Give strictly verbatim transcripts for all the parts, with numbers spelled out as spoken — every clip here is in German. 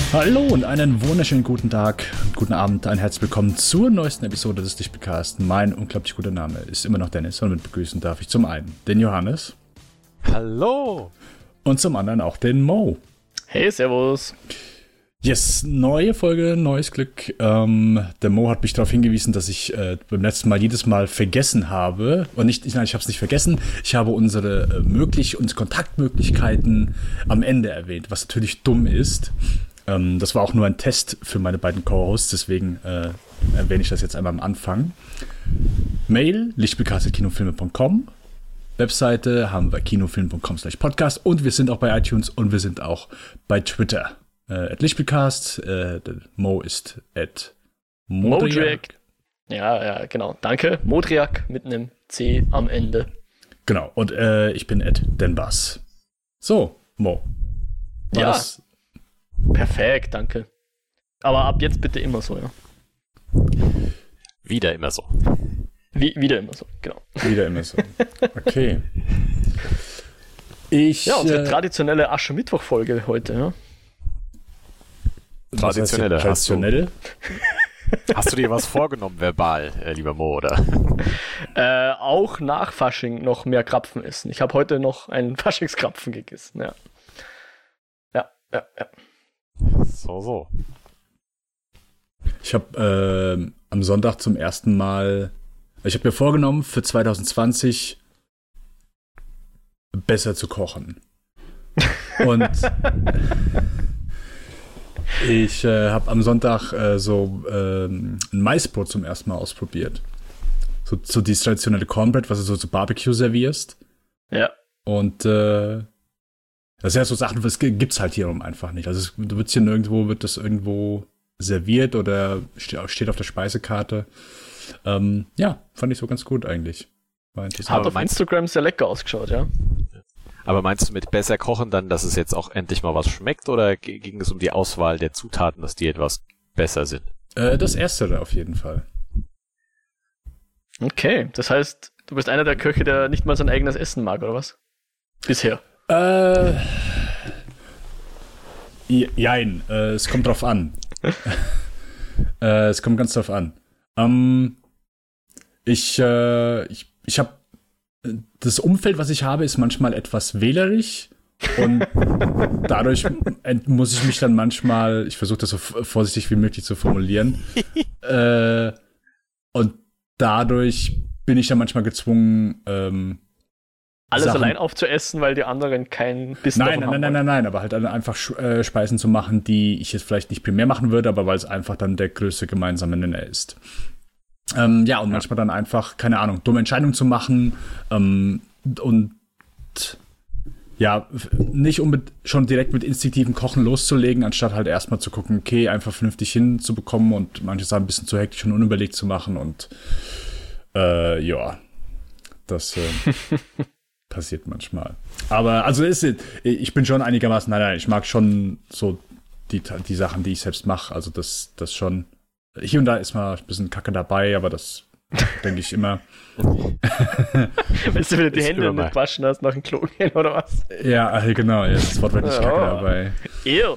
Hallo und einen wunderschönen guten Tag, guten Abend, ein herzlich willkommen zur neuesten Episode des Lichtbildcasts. Mein unglaublich guter Name ist immer noch Dennis und mit begrüßen darf ich zum einen den Johannes. Hallo! Und zum anderen auch den Mo. Hey, servus! Yes, neue Folge, neues Glück. Ähm, der Mo hat mich darauf hingewiesen, dass ich äh, beim letzten Mal jedes Mal vergessen habe, und nicht, nein, ich habe es nicht vergessen, ich habe unsere äh, möglich, unsere Kontaktmöglichkeiten am Ende erwähnt, was natürlich dumm ist. Ähm, das war auch nur ein Test für meine beiden Co-Hosts, deswegen äh, erwähne ich das jetzt einmal am Anfang. Mail, lichtbildcast at kinofilme punkt com. Webseite haben wir kinofilme punkt com slash podcast und wir sind auch bei iTunes und wir sind auch bei Twitter. Äh, at Lichtbildcast, äh, Mo ist at Modriak. Modriak. Ja, ja, genau. Danke. Modriak mit einem C am Ende. Genau. Und äh, ich bin at Denbas. So, Mo. War ja. Das? Perfekt, danke. Aber ab jetzt bitte immer so, ja. Wieder immer so. Wie, wieder immer so, genau. Wieder immer so. Okay. Ich, ja, unsere äh, traditionelle Aschermittwoch-Folge heute, ja. Traditionelle. Was heißt traditionell? Hast du, hast du dir was vorgenommen, verbal, äh, lieber Mo, oder? Äh, auch nach Fasching noch mehr Krapfen essen. Ich habe heute noch einen Faschingskrapfen gegessen, ja. Ja, ja, ja. So, so. Ich habe äh, am Sonntag zum ersten Mal, ich habe mir vorgenommen, für zwanzig zwanzig besser zu kochen. Und ich äh, habe am Sonntag äh, so äh, ein Maisbrot zum ersten Mal ausprobiert. So, so dieses traditionelle Cornbread, was du so zu Barbecue servierst. Ja. Und äh, das sind ja so Sachen, das gibt's halt hier einfach nicht. Also es, du wirst hier nirgendwo, wird das irgendwo serviert oder steht auf der Speisekarte. Ähm, ja, fand ich so ganz gut eigentlich. War interessant. Hat auf Instagram sehr lecker ausgeschaut, ja. Aber meinst du mit besser kochen dann, dass es jetzt auch endlich mal was schmeckt, oder g- ging es um die Auswahl der Zutaten, dass die etwas besser sind? Äh, das Erstere auf jeden Fall. Okay, das heißt, du bist einer der Köche, der nicht mal sein eigenes Essen mag, oder was? Bisher. Äh, jein, äh, es kommt drauf an. äh, es kommt ganz drauf an. Ähm, ich, äh, ich, ich habe das Umfeld, was ich habe, ist manchmal etwas wählerisch und dadurch muss ich mich dann manchmal, ich versuche das so vorsichtig wie möglich zu formulieren, äh, und dadurch bin ich dann manchmal gezwungen, ähm, Alles Sachen, allein aufzuessen, weil die anderen keinen Bissen Nein, davon nein, nein, haben nein, nein, nein, aber halt einfach äh, Speisen zu machen, die ich jetzt vielleicht nicht primär machen würde, aber weil es einfach dann der größte gemeinsame Nenner ist. Ähm, ja, und ja. manchmal dann einfach, keine Ahnung, dumme Entscheidungen zu machen ähm, und ja, nicht unbedingt schon direkt mit instinktivem Kochen loszulegen, anstatt halt erstmal zu gucken, okay, einfach vernünftig hinzubekommen und manche Sachen ein bisschen zu hektisch und unüberlegt zu machen und äh, ja, das äh, passiert manchmal. Aber also ist, ich bin schon einigermaßen, nein, nein, ich mag schon so die, die Sachen, die ich selbst mache, also das, das schon. Hier und da ist mal ein bisschen Kacke dabei, aber das denke ich immer. Willst du wieder die Hände in den Waschen hast nach dem Klo gehen, oder was? Ja, genau, jetzt ist wortwörtlich oh. Kacke dabei. Ew.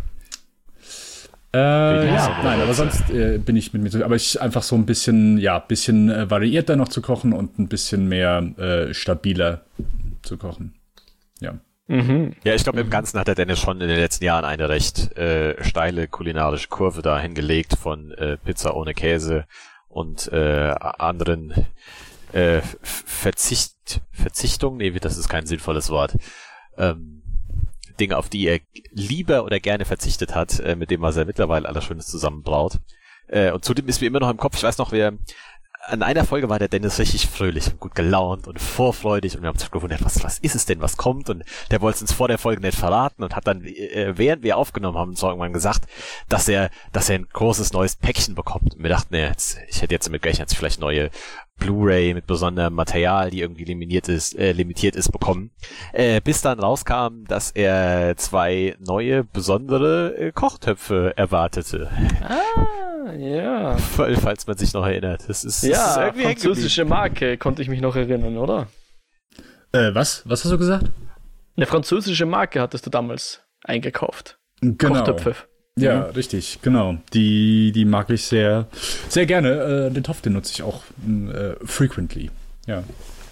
Äh, ja, nein, aber sonst äh, bin ich mit mir so, aber ich einfach so ein bisschen, ja, bisschen äh, variierter noch zu kochen und ein bisschen mehr äh, stabiler zu kochen. Ja. Mhm. Ja, ich glaube, im Ganzen hat der Dennis schon in den letzten Jahren eine recht äh, steile kulinarische Kurve da hingelegt von äh, Pizza ohne Käse und äh, anderen äh, Verzicht, Verzichtung, nee, das ist kein sinnvolles Wort, ähm, Dinge, auf die er lieber oder gerne verzichtet hat, äh, mit dem, was er mittlerweile alles Schönes zusammenbraut. Äh, und zudem ist mir immer noch im Kopf, ich weiß noch, wer an einer Folge war der Dennis richtig fröhlich und gut gelaunt und vorfreudig und wir haben uns gewundert, was, was ist es denn, was kommt, und der wollte es uns vor der Folge nicht verraten und hat dann, äh, während wir aufgenommen haben, uns irgendwann gesagt, dass er, dass er ein großes neues Päckchen bekommt. Und wir dachten, nee, jetzt, ich hätte jetzt damit gerechnet, jetzt vielleicht neue Blu-ray mit besonderem Material, die irgendwie limitiert ist, äh, limitiert ist, bekommen. Äh, bis dann rauskam, dass er zwei neue, besondere äh, Kochtöpfe erwartete. Ah, ja. Falls man sich noch erinnert. Das ist, ja, das ist irgendwie französische Marke, konnte ich mich noch erinnern, oder? Äh, was? Was hast du gesagt? Eine französische Marke hattest du damals eingekauft. Genau. Kochtöpfe. Ja, mhm. richtig, genau. Die, die mag ich sehr, sehr gerne. Äh, den Topf, den nutze ich auch äh, frequently. Ja.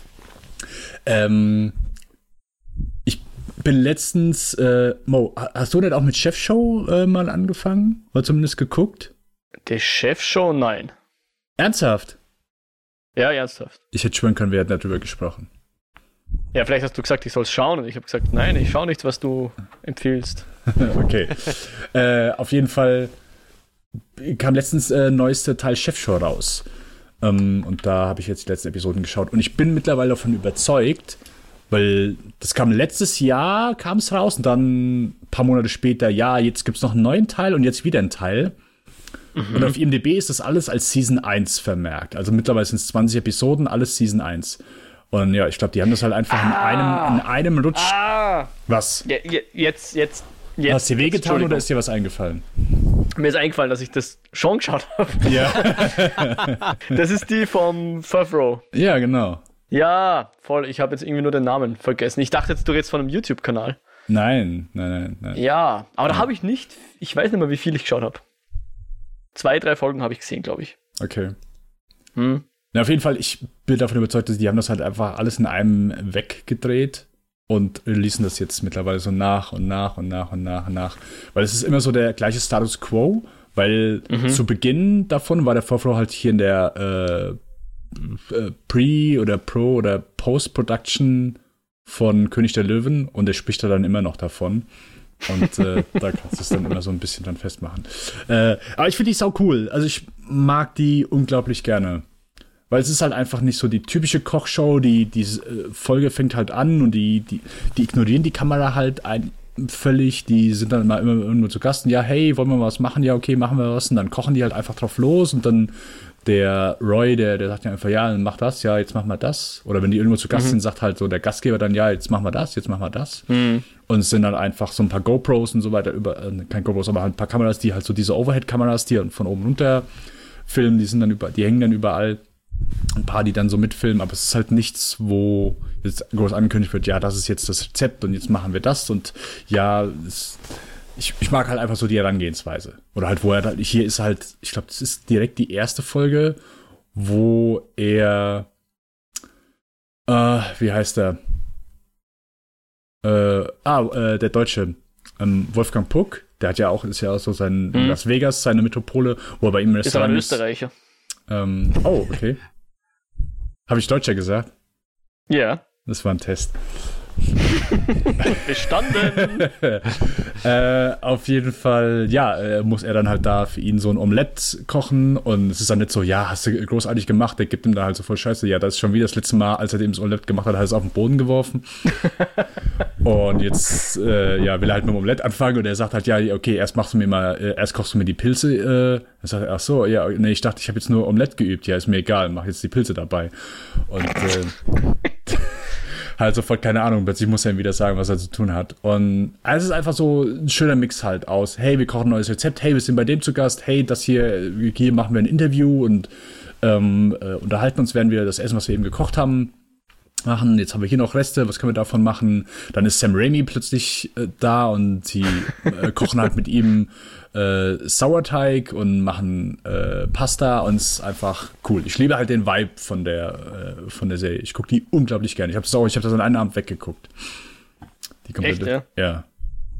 Ähm, ich bin letztens, äh, Mo, hast du denn auch mit Chefshow äh, mal angefangen? Oder zumindest geguckt? Die Chefshow? Nein. Ernsthaft? Ja, ernsthaft. Ich hätte schwören können, wir hätten darüber gesprochen. Ja, vielleicht hast du gesagt, ich soll es schauen und ich habe gesagt, nein, ich schaue nichts, was du empfiehlst. Okay. äh, auf jeden Fall kam letztens äh, neueste Teil Chefshow raus. Ähm, und da habe ich jetzt die letzten Episoden geschaut. Und ich bin mittlerweile davon überzeugt, weil das kam letztes Jahr, kam es raus und dann ein paar Monate später, ja, jetzt gibt es noch einen neuen Teil und jetzt wieder einen Teil. Mhm. Und auf I M D B ist das alles als Season eins vermerkt. Also mittlerweile sind es zwanzig Episoden, alles Season eins. Und ja, ich glaube, die haben das halt einfach ah, in einem, in einem Rutsch. Ah, was? Je, je, jetzt, jetzt, jetzt. Hast du dir wehgetan oder ist dir was eingefallen? Mir ist eingefallen, dass ich das schon geschaut habe. Ja. Das ist die vom Favreau. Ja, genau. Ja, voll. Ich habe jetzt irgendwie nur den Namen vergessen. Ich dachte jetzt, du redest von einem YouTube-Kanal. Nein, nein, nein, nein. Ja, aber ja. Da habe ich nicht, ich weiß nicht mehr, wie viel ich geschaut habe. Zwei, drei Folgen habe ich gesehen, glaube ich. Okay. Hm. Na, auf jeden Fall, ich bin davon überzeugt, dass die haben das halt einfach alles in einem weggedreht und releasen das jetzt mittlerweile so nach und nach und nach und nach und nach. Weil es ist immer so der gleiche Status Quo, weil mhm. zu Beginn davon war der Vorflow halt hier in der äh, äh, Pre- oder Pro- oder Post-Production von König der Löwen und der spricht da dann immer noch davon. Und äh, da kannst du es dann immer so ein bisschen dann festmachen. Äh, aber ich finde die sau cool. Also ich mag die unglaublich gerne. Weil es ist halt einfach nicht so die typische Kochshow, die, die äh, Folge fängt halt an und die, die, die ignorieren die Kamera halt ein, völlig, die sind dann mal immer irgendwo zu Gast und ja, hey, wollen wir was machen? Ja, okay, machen wir was und dann kochen die halt einfach drauf los und dann der Roy, der, der sagt ja einfach, ja, dann mach das, ja, jetzt machen wir das. Oder wenn die irgendwo zu Gast mhm. sind, sagt halt so der Gastgeber dann, ja, jetzt machen wir das, jetzt machen wir das. Mhm. Und es sind dann einfach so ein paar GoPros und so weiter, über, äh, kein GoPros, aber halt ein paar Kameras, die halt so diese Overhead-Kameras, die von oben runter filmen, die sind dann über, die hängen dann überall. Ein paar, die dann so mitfilmen, aber es ist halt nichts, wo jetzt groß angekündigt wird, ja, das ist jetzt das Rezept und jetzt machen wir das und ja, es, ich, ich mag halt einfach so die Herangehensweise. Oder halt, wo er halt, hier ist halt, ich glaube, das ist direkt die erste Folge, wo er, äh, wie heißt er? Äh, ah, äh, der Deutsche, ähm, Wolfgang Puck, der hat ja auch, ist ja auch so sein hm. Las Vegas, seine Metropole, wo er bei ihm im Restaurant ist. Ist aber ein Österreicher. Ähm, oh, okay. Habe ich Deutscher gesagt? Ja. Yeah. Das war ein Test. Bestanden! äh, auf jeden Fall, ja, äh, muss er dann halt da für ihn so ein Omelett kochen und es ist dann nicht so, ja, hast du großartig gemacht, der gibt ihm da halt so voll Scheiße, ja, das ist schon wieder das letzte Mal, als er dem das Omelett gemacht hat, hat er es auf den Boden geworfen. Und jetzt, äh, ja, will er halt mit dem Omelett anfangen und er sagt halt, ja, okay, erst machst du mir mal, äh, erst kochst du mir die Pilze, äh, er sagt, ach so, ja, nee, ich dachte, ich habe jetzt nur Omelett geübt, ja, ist mir egal, mach jetzt die Pilze dabei. Und, äh, halt sofort, keine Ahnung, plötzlich muss er ihm wieder sagen, was er zu tun hat. Und also es ist einfach so ein schöner Mix halt aus, hey, wir kochen ein neues Rezept, hey, wir sind bei dem zu Gast, hey, das hier, hier machen wir ein Interview und ähm, äh, unterhalten uns, während wir das Essen, was wir eben gekocht haben, machen. Jetzt haben wir hier noch Reste, was können wir davon machen? Dann ist Sam Raimi plötzlich äh, da und sie äh, kochen halt mit ihm äh, Sauerteig und machen äh, Pasta und es ist einfach cool. Ich liebe halt den Vibe von der äh, von der Serie. Ich gucke die unglaublich gerne. Ich habe das auch, ich habe das an einem Abend weggeguckt. Die komplette, echt, ja? Ja.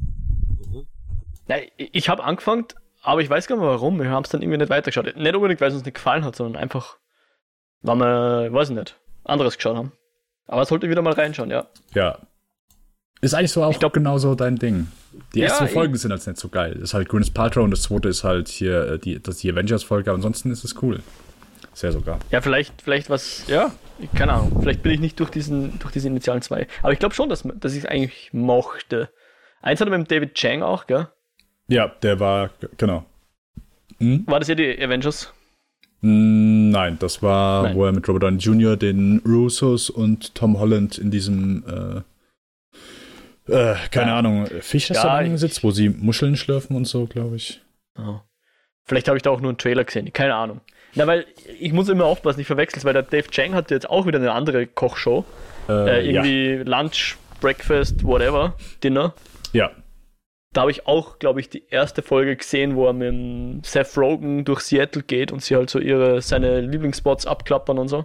ja ich habe angefangen, aber ich weiß gar nicht mehr warum. Wir haben es dann irgendwie nicht weitergeschaut. Nicht unbedingt, weil es uns nicht gefallen hat, sondern einfach, weil wir, weiß ich nicht, anderes geschaut haben. Aber es sollte wieder mal reinschauen, ja. Ja. Ist eigentlich so auch ich glaub, genauso dein Ding. Die ersten ja, Folgen sind halt nicht so geil. Das ist halt Gwyneth Paltrow und das zweite ist halt hier die, das die Avengers-Folge, aber ansonsten ist es cool. Sehr sogar. Ja, vielleicht, vielleicht was, ja, keine Ahnung. Vielleicht bin ich nicht durch diesen, durch diese initialen zwei. Aber ich glaube schon, dass, dass ich es eigentlich mochte. Eins hatte mit dem David Chang auch, gell? Ja, der war, genau. Hm? War das ja die Avengers? Nein, das war, Nein. wo er mit Robert Downey Junior, den Russos und Tom Holland in diesem, äh, äh, keine ja. Ahnung, Fischrestaurant ja, sitzt, wo sie Muscheln schlürfen und so, glaube ich. Oh. Vielleicht habe ich da auch nur einen Trailer gesehen, keine Ahnung. Na, weil ich muss immer aufpassen, ich verwechsel's, weil der Dave Chang hat jetzt auch wieder eine andere Kochshow. Äh, äh, irgendwie ja. Lunch, Breakfast, whatever, Dinner. Ja. da habe ich auch, glaube ich, die erste Folge gesehen, wo er mit dem Seth Rogen durch Seattle geht und sie halt so ihre seine Lieblingsspots abklappern und so.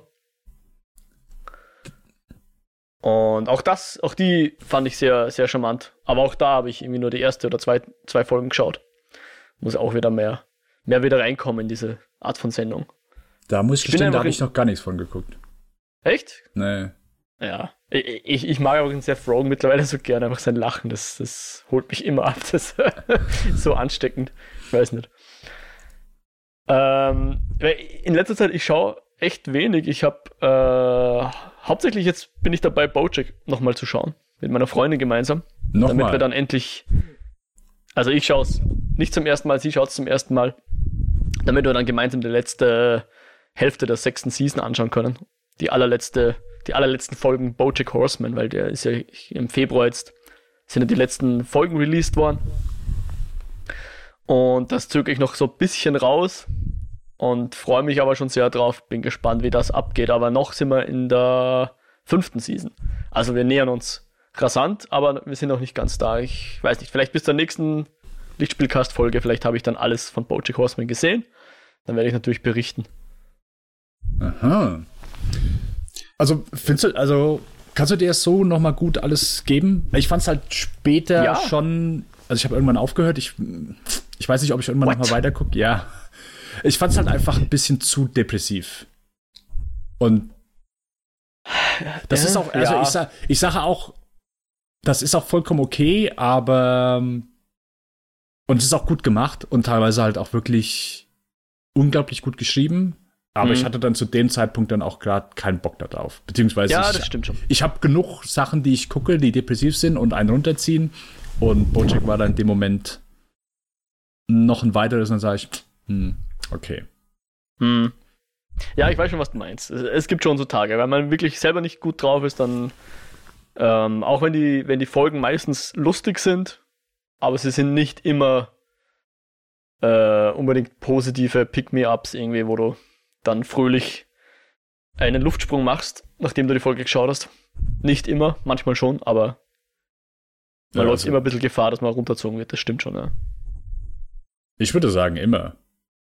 Und auch das, auch die fand ich sehr, sehr charmant. Aber auch da habe ich irgendwie nur die erste oder zwei, zwei Folgen geschaut. Muss auch wieder mehr, mehr wieder reinkommen in diese Art von Sendung. Da muss ich Ich bin gestehen, da einfach habe in- ich noch gar nichts von geguckt. Echt? Nee. Ja. Ich, ich, ich mag auch den Seth Rogen mittlerweile so gerne, einfach sein Lachen. Das, das holt mich immer ab. Das ist so ansteckend. Ich weiß nicht. Ähm, in letzter Zeit, ich schaue echt wenig. Ich habe äh, hauptsächlich jetzt bin ich dabei, BoJack nochmal zu schauen. Mit meiner Freundin gemeinsam. Damit wir Nochmal. dann endlich. Also ich schaue es nicht zum ersten Mal, sie schaut es zum ersten Mal. Damit wir dann gemeinsam die letzte Hälfte der sechsten Season anschauen können. Die allerletzte, die allerletzten Folgen BoJack Horseman, weil der ist ja im Februar jetzt, sind ja die letzten Folgen released worden. Und das zögere ich noch so ein bisschen raus und freue mich aber schon sehr drauf. Bin gespannt, wie das abgeht. Aber noch sind wir in der fünften Season. Also wir nähern uns rasant, aber wir sind noch nicht ganz da. Ich weiß nicht, vielleicht bis zur nächsten Lichtspielcast-Folge, vielleicht habe ich dann alles von BoJack Horseman gesehen. Dann werde ich natürlich berichten. Aha. Also, findest du, also, kannst du dir das so nochmal gut alles geben? Ich fand es halt später Ja. schon, also ich habe irgendwann aufgehört, ich, ich weiß nicht, ob ich irgendwann What? nochmal weitergucke, ja. Ich fand es halt einfach ein bisschen zu depressiv. Und das Äh, ist auch, also ja. ich, sag, ich sage auch, das ist auch vollkommen okay, aber und es ist auch gut gemacht und teilweise halt auch wirklich unglaublich gut geschrieben. Aber Mhm. ich hatte dann zu dem Zeitpunkt dann auch gerade keinen Bock darauf. Beziehungsweise Ja, ich, das stimmt schon. ich habe genug Sachen, die ich gucke, die depressiv sind und einen runterziehen. Und BoJack war dann in dem Moment noch ein weiteres und dann sage ich, hm, okay. Hm. Ja, ich weiß schon, was du meinst. Es, es gibt schon so Tage, wenn man wirklich selber nicht gut drauf ist, dann ähm, auch wenn die, wenn die Folgen meistens lustig sind, aber sie sind nicht immer äh, unbedingt positive Pick-me-ups irgendwie, wo du dann fröhlich einen Luftsprung machst, nachdem du die Folge geschaut hast. Nicht immer, manchmal schon, aber man Ja, läuft also- immer ein bisschen Gefahr, dass man runterzogen wird, das stimmt schon, ja. Ich würde sagen, immer.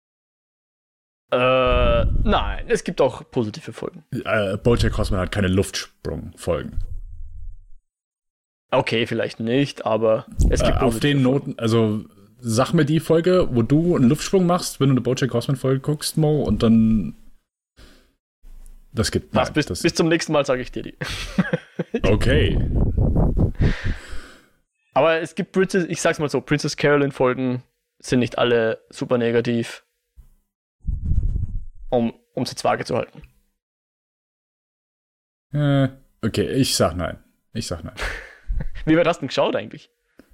Äh, nein, es gibt auch positive Folgen. Äh, BoJack Horseman hat keine Luftsprung-Folgen. Okay, vielleicht nicht, aber es Äh, gibt auf positive den Folgen. Noten, also sag mir die Folge, wo du einen Luftsprung machst, wenn du eine BoJack Horseman-Folge guckst, Mo, und dann das gibt Was, nein, bis, das, bis zum nächsten Mal sage ich dir die. okay. Aber es gibt Princess, ich sag's mal so, Princess Carolyn-Folgen sind nicht alle super negativ, um, um sie zwage zu halten. Äh, okay, ich sag nein. Ich sag nein. Wie weit hast du denn geschaut eigentlich?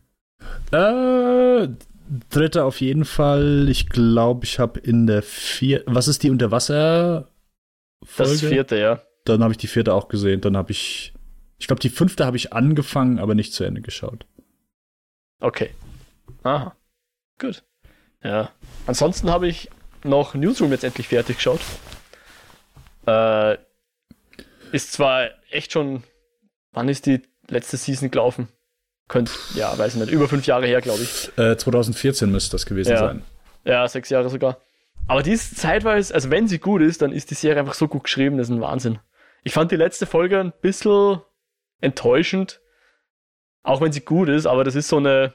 Äh, dritte auf jeden Fall. Ich glaube, ich habe in der vierten. Was ist die Unterwasser? Das ist vierte, ja. Dann habe ich die vierte auch gesehen. Dann habe ich. Ich glaube, die fünfte habe ich angefangen, aber nicht zu Ende geschaut. Okay. Aha. Gut. Ja. Ansonsten habe ich noch Newsroom jetzt endlich fertig geschaut. Äh, ist zwar echt schon. Wann ist die letzte Season gelaufen? Könnt, ja, weiß ich nicht. Über fünf Jahre her, glaube ich. Äh, zwanzig vierzehn müsste das gewesen Ja. sein. Ja, sechs Jahre sogar. Aber die ist zeitweise, also wenn sie gut ist, dann ist die Serie einfach so gut geschrieben, das ist ein Wahnsinn. Ich fand die letzte Folge ein bisschen enttäuschend, auch wenn sie gut ist, aber das ist so eine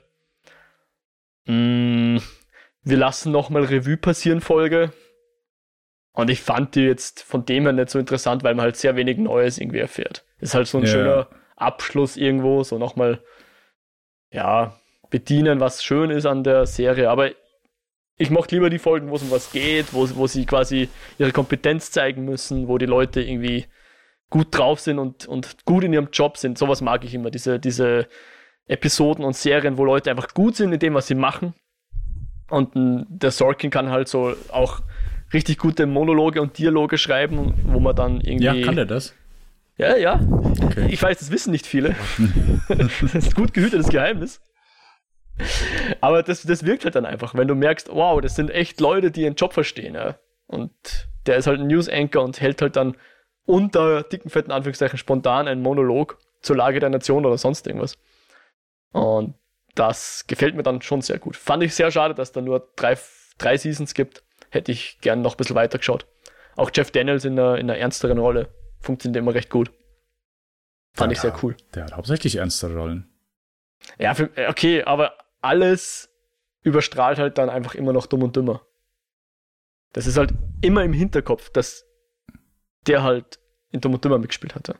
mh, wir lassen nochmal Revue passieren Folge. Und ich fand die jetzt von dem her nicht so interessant, weil man halt sehr wenig Neues irgendwie erfährt. Ist halt so ein Ja. schöner Abschluss irgendwo, so nochmal, ja, bedienen, was schön ist an der Serie. Aber ich mochte lieber die Folgen, wo es um was geht, wo, wo sie quasi ihre Kompetenz zeigen müssen, wo die Leute irgendwie gut drauf sind und, und gut in ihrem Job sind. Sowas mag ich immer, diese, diese Episoden und Serien, wo Leute einfach gut sind in dem, was sie machen. Und m, der Sorkin kann halt so auch richtig gute Monologe und Dialoge schreiben, wo man dann irgendwie... Ja, kann der das? Ja, ja. Okay. Ich weiß, das wissen nicht viele. Das ist ein gut gehütetes Geheimnis. Aber das, das wirkt halt dann einfach, wenn du merkst, wow, das sind echt Leute, die ihren Job verstehen. Ja. Und der ist halt ein News-Anchor und hält halt dann unter dicken, fetten Anführungszeichen spontan einen Monolog zur Lage der Nation oder sonst irgendwas. Und das gefällt mir dann schon sehr gut. Fand ich sehr schade, dass da nur drei, drei Seasons gibt. Hätte ich gern noch ein bisschen weiter geschaut. Auch Jeff Daniels in einer, in einer ernsteren Rolle funktioniert immer recht gut. Fand der ich sehr hat, cool. Der hat hauptsächlich ernstere Rollen. Ja, für, okay, aber alles überstrahlt halt dann einfach immer noch Dumm und Dümmer. Das ist halt immer im Hinterkopf, dass der halt in Dumm und Dümmer mitgespielt hatte.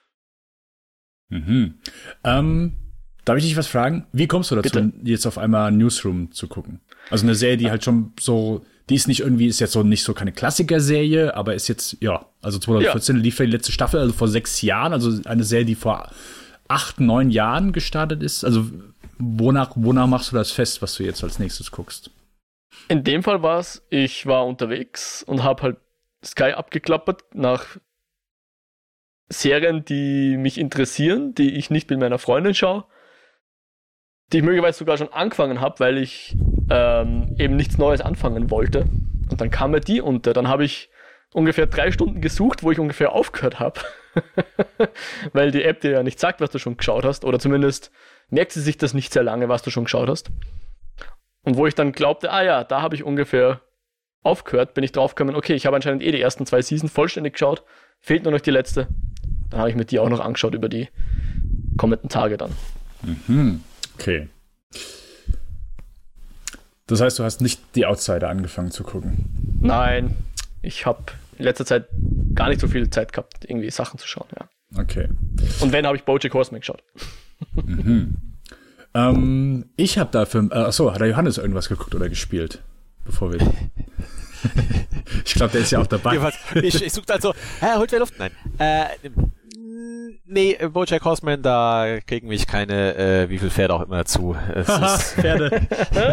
Mhm. Ähm, darf ich dich was fragen? Wie kommst du dazu, Bitte? jetzt auf einmal Newsroom zu gucken? Also eine Serie, die halt schon so, die ist nicht irgendwie, ist jetzt so nicht so keine Klassiker-Serie, aber ist jetzt, ja, also zwanzig vierzehn ja. lief ja die letzte Staffel, also vor sechs Jahren, also eine Serie, die vor acht, neun Jahren gestartet ist. Also wonach, wonach machst du das fest, was du jetzt als nächstes guckst? In dem Fall war es, ich war unterwegs und habe halt Sky abgeklappert nach Serien, die mich interessieren, die ich nicht mit meiner Freundin schaue, die ich möglicherweise sogar schon angefangen habe, weil ich ähm, eben nichts Neues anfangen wollte. Und dann kam mir die unter. Dann habe ich ungefähr drei Stunden gesucht, wo ich ungefähr aufgehört habe. Weil die App dir ja nicht sagt, was du schon geschaut hast. Oder zumindest merkt sie sich das nicht sehr lange, was du schon geschaut hast. Und wo ich dann glaubte, ah ja, da habe ich ungefähr aufgehört, bin ich draufgekommen, okay, ich habe anscheinend eh die ersten zwei Seasons vollständig geschaut, fehlt nur noch die letzte. Dann habe ich mir die auch noch angeschaut über die kommenden Tage dann. Mhm. Okay. Das heißt, du hast nicht die Outsider angefangen zu gucken? Nein, ich habe in letzter Zeit gar nicht so viel Zeit gehabt, irgendwie Sachen zu schauen, ja. Okay. Und wenn, habe ich BoJack Horseman geschaut. Mhm. ähm, ich habe dafür, äh, achso, hat der Johannes irgendwas geguckt oder gespielt? Bevor wir... Ich glaube, der ist ja auch dabei. ich ich suche also, hä, holt wer Luft? Nein. Äh, nee, BoJack Horseman, da kriegen mich keine, äh, wie viel Pferde auch immer zu. Es ist Pferde.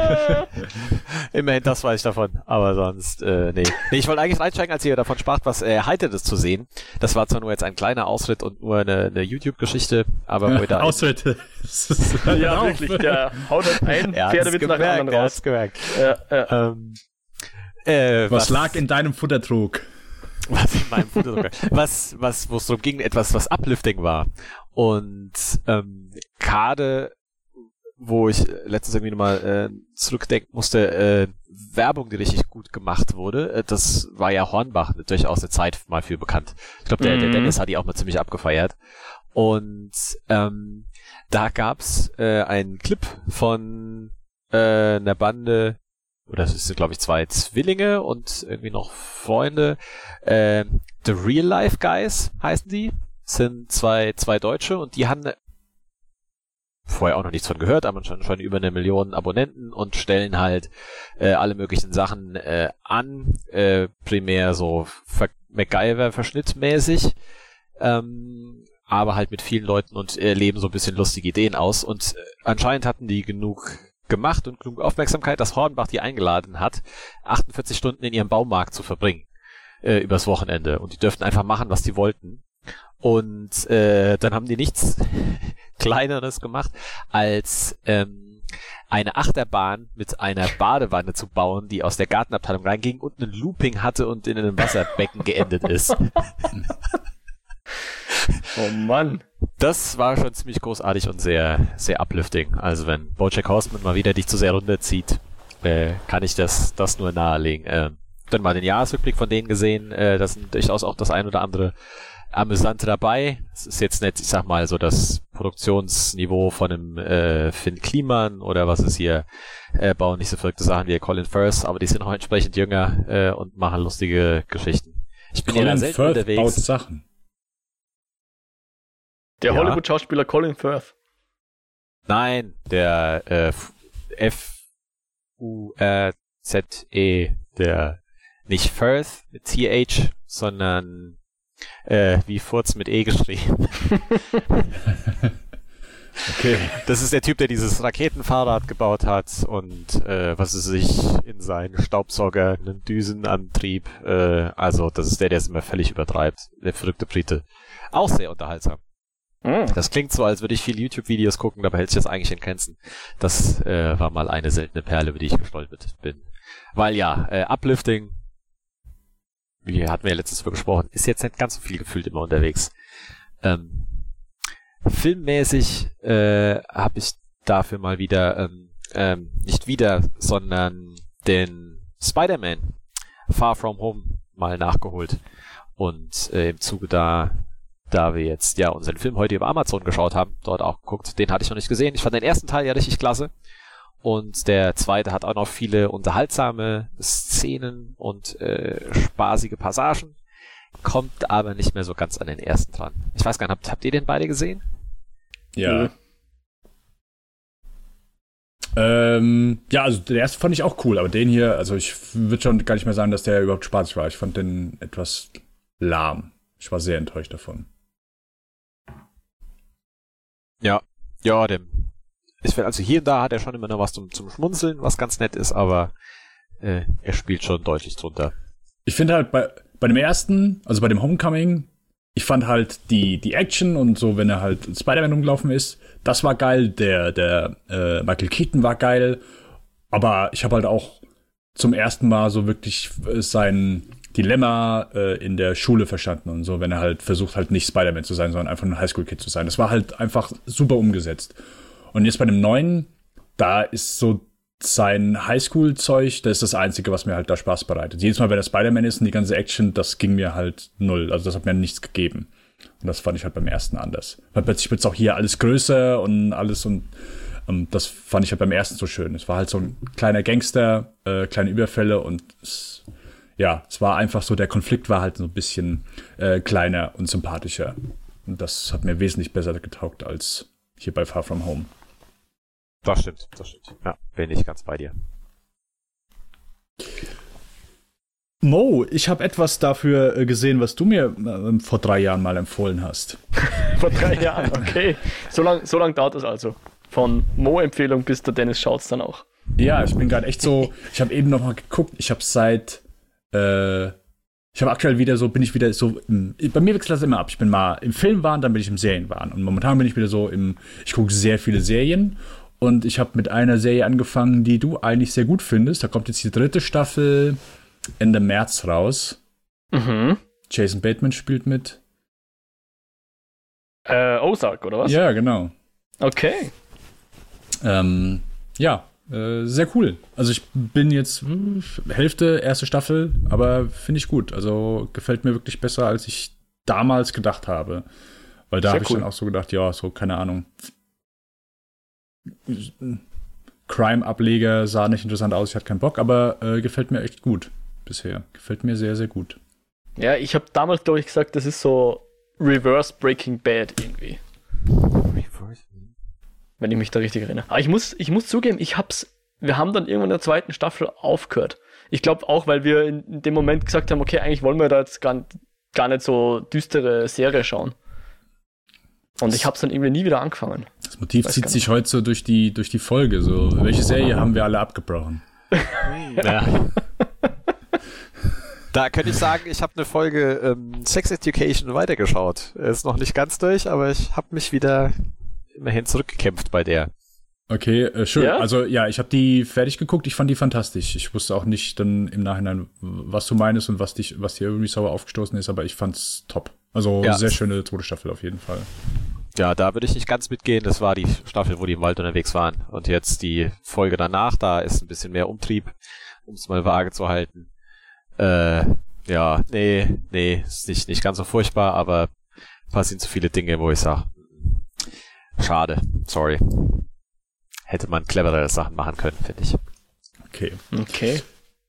Immerhin, das weiß ich davon. Aber sonst, äh, nee. Nee, ich wollte eigentlich reinsteigen, als ihr davon spracht, was äh, Heiteres zu sehen. Das war zwar nur jetzt ein kleiner Ausritt und nur eine, eine YouTube-Geschichte, aber wo ihr da... Ausritt. Ja, wirklich, der haut halt ein Pferdewitz nach dem anderen raus. Gemerkt. Ja, ja. Ähm, Äh, was, was lag in deinem Futtertrog? Was in meinem Futtertrog? was, was, wo es darum ging, etwas, was uplifting war. Und ähm, gerade, wo ich letztens irgendwie nochmal äh, zurückdenken musste, äh, Werbung, die richtig gut gemacht wurde, äh, das war ja Hornbach durchaus eine Zeit mal für bekannt. Ich glaube, der, der Dennis hat die auch mal ziemlich abgefeiert. Und ähm, da gab's äh, einen Clip von äh, einer Bande, oder das sind, glaube ich, zwei Zwillinge und irgendwie noch Freunde. Äh, The Real Life Guys heißen die. Sind zwei, zwei Deutsche und die haben vorher auch noch nichts von gehört, aber schon, schon über eine Million Abonnenten und stellen halt äh, alle möglichen Sachen äh, an. Äh, primär so Ver- MacGyver-verschnittmäßig. Ähm, aber halt mit vielen Leuten und äh, leben so ein bisschen lustige Ideen aus. Und äh, anscheinend hatten die genug gemacht und genug Aufmerksamkeit, dass Hornbach die eingeladen hat, achtundvierzig Stunden in ihrem Baumarkt zu verbringen äh, übers Wochenende. Und die dürften einfach machen, was die wollten. Und äh, dann haben die nichts Kleineres gemacht, als ähm, eine Achterbahn mit einer Badewanne zu bauen, die aus der Gartenabteilung reinging und ein Looping hatte und in einem Wasserbecken geendet ist. Oh Mann. Das war schon ziemlich großartig und sehr, sehr uplifting. Also wenn BoJack Horseman mal wieder dich zu sehr runterzieht, äh, kann ich das, das nur nahelegen. Äh, dann mal den Jahresrückblick von denen gesehen, äh, da sind durchaus auch das ein oder andere Amüsante dabei. Es ist jetzt nicht, ich sag mal, so das Produktionsniveau von einem äh, Finn Kliman oder was ist hier, äh, bauen nicht so verrückte Sachen wie Colin Firth, aber die sind auch entsprechend jünger äh, und machen lustige Geschichten. Ich bin ja da selten Firth unterwegs. Baut Sachen. Der Ja. Hollywood-Schauspieler Colin Firth. Nein, der äh, F U R Z E, der nicht Firth mit T H, sondern äh, wie Furz mit E geschrieben. Okay. Das ist der Typ, der dieses Raketenfahrrad gebaut hat und äh, was es sich in seinen Staubsauger einen Düsenantrieb, äh, also das ist der, der es immer völlig übertreibt. Der verrückte Brite. Auch sehr unterhaltsam. Mm. Das klingt so, als würde ich viele YouTube-Videos gucken, dabei hält sich das eigentlich in Grenzen. Das äh, war mal eine seltene Perle, über die ich gestolpert bin. Weil ja, äh, Uplifting, wie hatten wir ja letztens darüber gesprochen, ist jetzt nicht ganz so viel gefühlt immer unterwegs. Ähm, filmmäßig äh, habe ich dafür mal wieder, ähm, ähm, nicht wieder, sondern den Spider-Man Far From Home mal nachgeholt. Und äh, im Zuge da, da wir jetzt ja unseren Film heute über Amazon geschaut haben, dort auch geguckt, den hatte ich noch nicht gesehen. Ich fand den ersten Teil ja richtig klasse. Und der zweite hat auch noch viele unterhaltsame Szenen und äh, spaßige Passagen. Kommt aber nicht mehr so ganz an den ersten dran. Ich weiß gar nicht, habt, habt ihr den beide gesehen? Ja. Mhm. Ähm, ja, also der erste fand ich auch cool, aber den hier, also ich würde schon gar nicht mehr sagen, dass der überhaupt spaßig war. Ich fand den etwas lahm. Ich war sehr enttäuscht davon. Ja, ja, dem ich find, also hier und da hat er schon immer noch was zum, zum Schmunzeln, was ganz nett ist, aber äh, er spielt schon deutlich drunter. Ich finde halt bei, bei dem ersten, also bei dem Homecoming, ich fand halt die, die Action und so, wenn er halt Spider-Man rumgelaufen ist, das war geil. Der, der äh, Michael Keaton war geil. Aber ich habe halt auch zum ersten Mal so wirklich sein Dilemma äh, in der Schule verstanden und so, wenn er halt versucht halt nicht Spider-Man zu sein, sondern einfach ein Highschool-Kid zu sein. Das war halt einfach super umgesetzt. Und jetzt bei dem neuen, da ist so sein Highschool-Zeug, das ist das Einzige, was mir halt da Spaß bereitet. Jedes Mal, wenn er Spider-Man ist und die ganze Action, das ging mir halt null. Also das hat mir nichts gegeben. Und das fand ich halt beim ersten anders. Weil plötzlich wird es auch hier alles größer und alles und ähm, das fand ich halt beim ersten so schön. Es war halt so ein kleiner Gangster, äh, kleine Überfälle und es, ja, es war einfach so, der Konflikt war halt so ein bisschen äh, kleiner und sympathischer. Und das hat mir wesentlich besser getaugt als hier bei Far From Home. Das stimmt, das stimmt. Ja, bin ich ganz bei dir. Mo, ich habe etwas dafür gesehen, was du mir äh, vor drei Jahren mal empfohlen hast. Vor drei Jahren, okay. So lang, so lang dauert das also. Von Mo-Empfehlung bis der Dennis schaut's dann auch. Ja, ich bin gerade echt so, ich habe eben noch mal geguckt, ich habe seit, äh, ich habe aktuell wieder so, bin ich wieder so, im, bei mir wechselt das immer ab. Ich bin mal im Filmwahn, dann bin ich im Serienwahn. Und momentan bin ich wieder so im, ich gucke sehr viele Serien. Und ich habe mit einer Serie angefangen, die du eigentlich sehr gut findest. Da kommt jetzt die dritte Staffel Ende März raus. Mhm. Jason Bateman spielt mit. Äh, Ozark, oder was? Ja, genau. Okay. Ähm, ja, äh, sehr cool. Also ich bin jetzt hm, Hälfte, erste Staffel, aber finde ich gut. Also gefällt mir wirklich besser, als ich damals gedacht habe. Weil da habe ich cool. dann auch so gedacht, ja, so, keine Ahnung. Crime-Ableger sah nicht interessant aus, ich hatte keinen Bock, aber äh, gefällt mir echt gut bisher. Gefällt mir sehr, sehr gut. Ja, ich habe damals, glaube ich, gesagt, das ist so Reverse Breaking Bad irgendwie. Wenn ich mich da richtig erinnere. Aber ich muss, ich muss zugeben, ich hab's, wir haben dann irgendwann in der zweiten Staffel aufgehört. Ich glaube auch, weil wir in dem Moment gesagt haben, okay, eigentlich wollen wir da jetzt gar, gar nicht so düstere Serie schauen. Und ich hab's dann irgendwie nie wieder angefangen. Das Motiv zieht sich heute so durch die, durch die Folge. So, welche Serie haben wir alle abgebrochen? Ja. Da könnte ich sagen, ich habe eine Folge ähm, Sex Education weitergeschaut. Ist noch nicht ganz durch, aber ich habe mich wieder immerhin zurückgekämpft bei der. Okay, äh, schön. Ja? Also ja, ich habe die fertig geguckt. Ich fand die fantastisch. Ich wusste auch nicht dann im Nachhinein, was du meinst und was dich, was dir irgendwie sauer aufgestoßen ist, aber ich fand's top. Also ja. Sehr schöne zweite Staffel auf jeden Fall. Ja, da würde ich nicht ganz mitgehen. Das war die Staffel, wo die im Wald unterwegs waren. Und jetzt die Folge danach, da ist ein bisschen mehr Umtrieb, um es mal vage zu halten. Äh, ja, nee, nee, ist nicht, nicht ganz so furchtbar, aber passieren zu viele Dinge, wo ich sage, schade, sorry. Hätte man cleverere Sachen machen können, finde ich. Okay. Okay.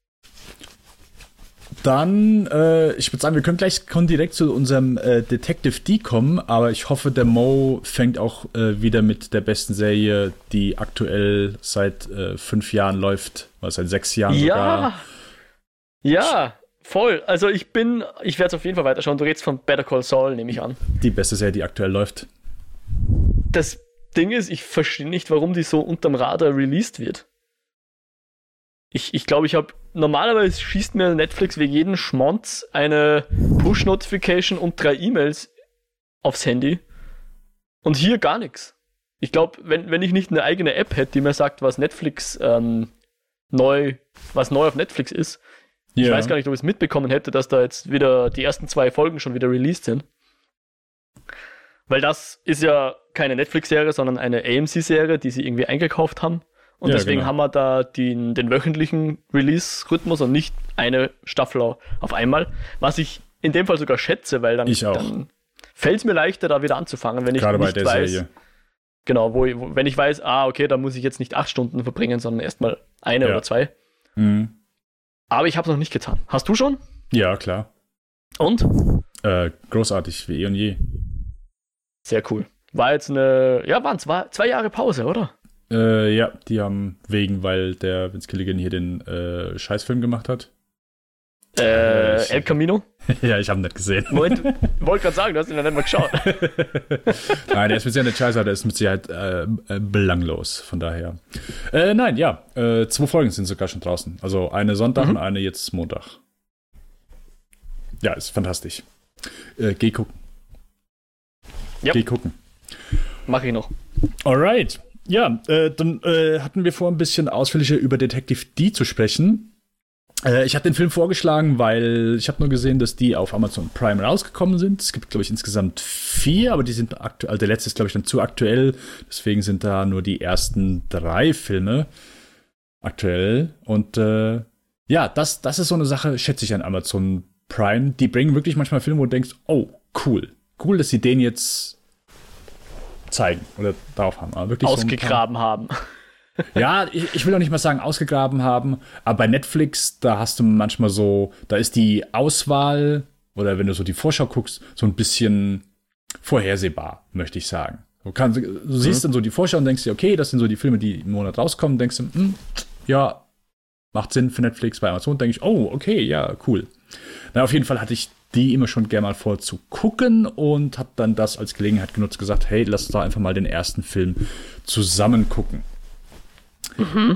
Dann, äh, ich würde sagen, wir können gleich können direkt zu unserem äh, Detective D kommen, aber ich hoffe, der Mo fängt auch äh, wieder mit der besten Serie, die aktuell seit äh, fünf Jahren läuft, oder seit sechs Jahren ja. sogar. Ja, voll. Also ich bin, ich werde es auf jeden Fall weiterschauen. Du redest von Better Call Saul, nehme ich an. Die beste Serie, die aktuell läuft. Das Ding ist, ich verstehe nicht, warum die so unterm Radar released wird. Ich ich, glaube, ich habe, normalerweise schießt mir Netflix wegen jedem Schmonz eine Push-Notification und drei E-Mails aufs Handy. Und hier gar nichts. Ich glaube, wenn, wenn ich nicht eine eigene App hätte, die mir sagt, was Netflix ähm, neu, was neu auf Netflix ist, ich ja. weiß gar nicht, ob ich es mitbekommen hätte, dass da jetzt wieder die ersten zwei Folgen schon wieder released sind. Weil das ist ja keine Netflix-Serie, sondern eine A M C-Serie, die sie irgendwie eingekauft haben. Und Ja, deswegen genau. haben wir da den, den wöchentlichen Release-Rhythmus und nicht eine Staffel auf einmal. Was ich in dem Fall sogar schätze, weil dann, Ich auch. dann fällt es mir leichter, da wieder anzufangen, wenn ich Gerade bei nicht der weiß. Serie. Genau, wo, wo, wenn ich weiß, ah, okay, da muss ich jetzt nicht acht Stunden verbringen, sondern erstmal eine Ja. oder zwei. Mhm. Aber ich habe es noch nicht getan. Hast du schon? Ja, klar. Und? Äh, großartig, wie eh und je. Sehr cool. War jetzt eine, ja, waren zwei, zwei Jahre Pause, oder? Äh, ja, die haben wegen, weil der Vince Gilligan hier den äh, Scheißfilm gemacht hat. Äh, ich- El Camino? Ja, ich habe ihn nicht gesehen. Moment, wollte gerade sagen, du hast ihn ja nicht mal geschaut. Nein, der ist mit Sicherheit nicht scheiße, der ist mit Sicherheit äh, äh, belanglos, von daher. Äh, nein, ja, äh, zwei Folgen sind sogar schon draußen. Also eine Sonntag Mhm. und eine jetzt Montag. Ja, ist fantastisch. Äh, geh gucken. Ja. Geh gucken. Mach ich noch. Alright. Ja, äh, dann äh, hatten wir vor, ein bisschen ausführlicher über Detective D zu sprechen. Äh, ich habe den Film vorgeschlagen, weil ich habe nur gesehen, dass die auf Amazon Prime rausgekommen sind. Es gibt, glaube ich, insgesamt vier, aber die sind aktuell, also der letzte ist, glaube ich, dann zu aktuell. Deswegen sind da nur die ersten drei Filme aktuell. Und äh, ja, das, das ist so eine Sache, schätze ich an Amazon Prime. Die bringen wirklich manchmal Filme, wo du denkst, oh, cool. Cool, dass sie den jetzt zeigen oder drauf haben. Aber wirklich so ein paar- Ausgegraben haben. ja, ich, ich will auch nicht mal sagen ausgegraben haben, aber bei Netflix, da hast du manchmal so, da ist die Auswahl, oder wenn du so die Vorschau guckst, so ein bisschen vorhersehbar, möchte ich sagen. Du, kannst, du siehst dann so die Vorschau und denkst dir, okay, das sind so die Filme, die im Monat rauskommen, denkst du, hm, ja, macht Sinn für Netflix. Bei Amazon denke ich, oh, okay, ja, cool. Na, auf jeden Fall hatte ich die immer schon gerne mal vor zu gucken und habe dann das als Gelegenheit genutzt, gesagt, hey, lass uns da einfach mal den ersten Film zusammen gucken. Mhm.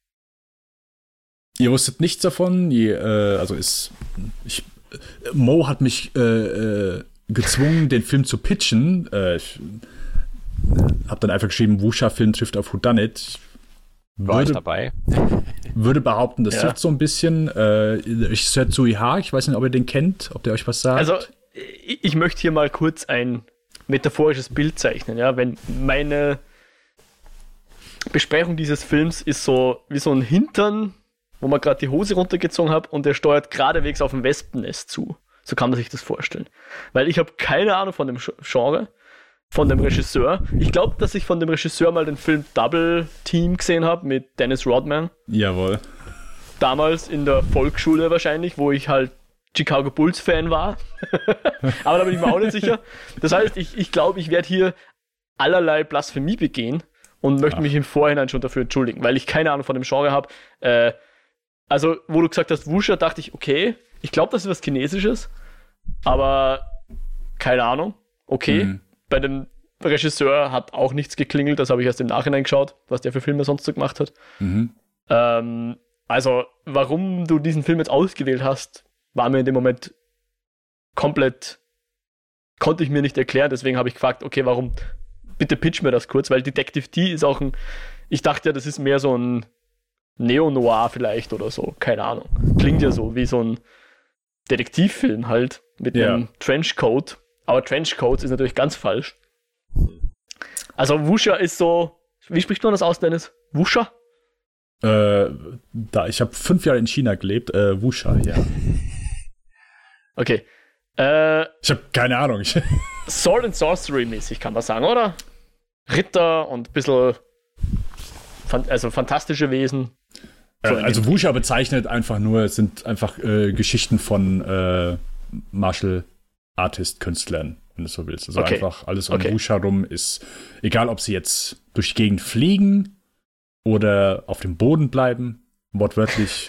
Ihr wusstet nichts davon, ihr, äh, also ist, ich, Mo hat mich äh, äh, gezwungen, den Film zu pitchen. Äh, ich habe dann einfach geschrieben, Wuxia-Film trifft auf Whodunit. Ich War ich würde, dabei? würde behaupten, das Ja. trifft so ein bisschen. Äh, ich Sir Tsui Ha, ich weiß nicht, ob ihr den kennt, ob der euch was sagt. Also, ich, ich möchte hier mal kurz ein metaphorisches Bild zeichnen. Ja? Wenn meine Besprechung dieses Films ist so wie so ein Hintern, wo man gerade die Hose runtergezogen hat und der steuert geradewegs auf ein Wespennest zu. So kann man sich das vorstellen. Weil ich habe keine Ahnung von dem Genre, von dem Regisseur. Ich glaube, dass ich von dem Regisseur mal den Film Double Team gesehen habe mit Dennis Rodman. Jawohl. Damals in der Volksschule wahrscheinlich, wo ich halt Chicago Bulls Fan war. Aber da bin ich mir auch nicht sicher. Das heißt, ich, ich glaube, ich werde hier allerlei Blasphemie begehen und möchte Ach. mich im Vorhinein schon dafür entschuldigen, weil ich keine Ahnung von dem Genre habe. Äh, also, wo du gesagt hast, Wuxia, dachte ich, okay, ich glaube, das ist was Chinesisches, aber keine Ahnung. Okay, Mhm. bei dem Regisseur hat auch nichts geklingelt, das habe ich erst im Nachhinein geschaut, was der für Filme sonst so gemacht hat. Mhm. Ähm, also, warum du diesen Film jetzt ausgewählt hast, war mir in dem Moment komplett, konnte ich mir nicht erklären, deswegen habe ich gefragt, okay, warum, bitte pitch mir das kurz, weil Detective D ist auch ein, ich dachte ja, das ist mehr so ein Neo-Noir vielleicht oder so, keine Ahnung. Klingt ja so wie so ein Detektivfilm halt, mit Ja. einem Trenchcoat, aber Trenchcoat ist natürlich ganz falsch. Also Wuxia ist so, wie spricht man das aus, Dennis? Wuxia? Äh, da, ich habe fünf Jahre in China gelebt, äh, Wuxia, ja. Okay. Äh, Ich habe keine Ahnung. Ich, Sword and Sorcery mäßig kann man sagen, oder? Ritter und ein bisschen fan- also fantastische Wesen. So in also dem- Wuxia bezeichnet einfach nur, es sind einfach äh, Geschichten von äh, Martial Artist Künstlern, wenn du so willst. Also Okay. einfach alles um Okay. Wuxia rum ist, egal ob sie jetzt durch die Gegend fliegen oder auf dem Boden bleiben, wortwörtlich.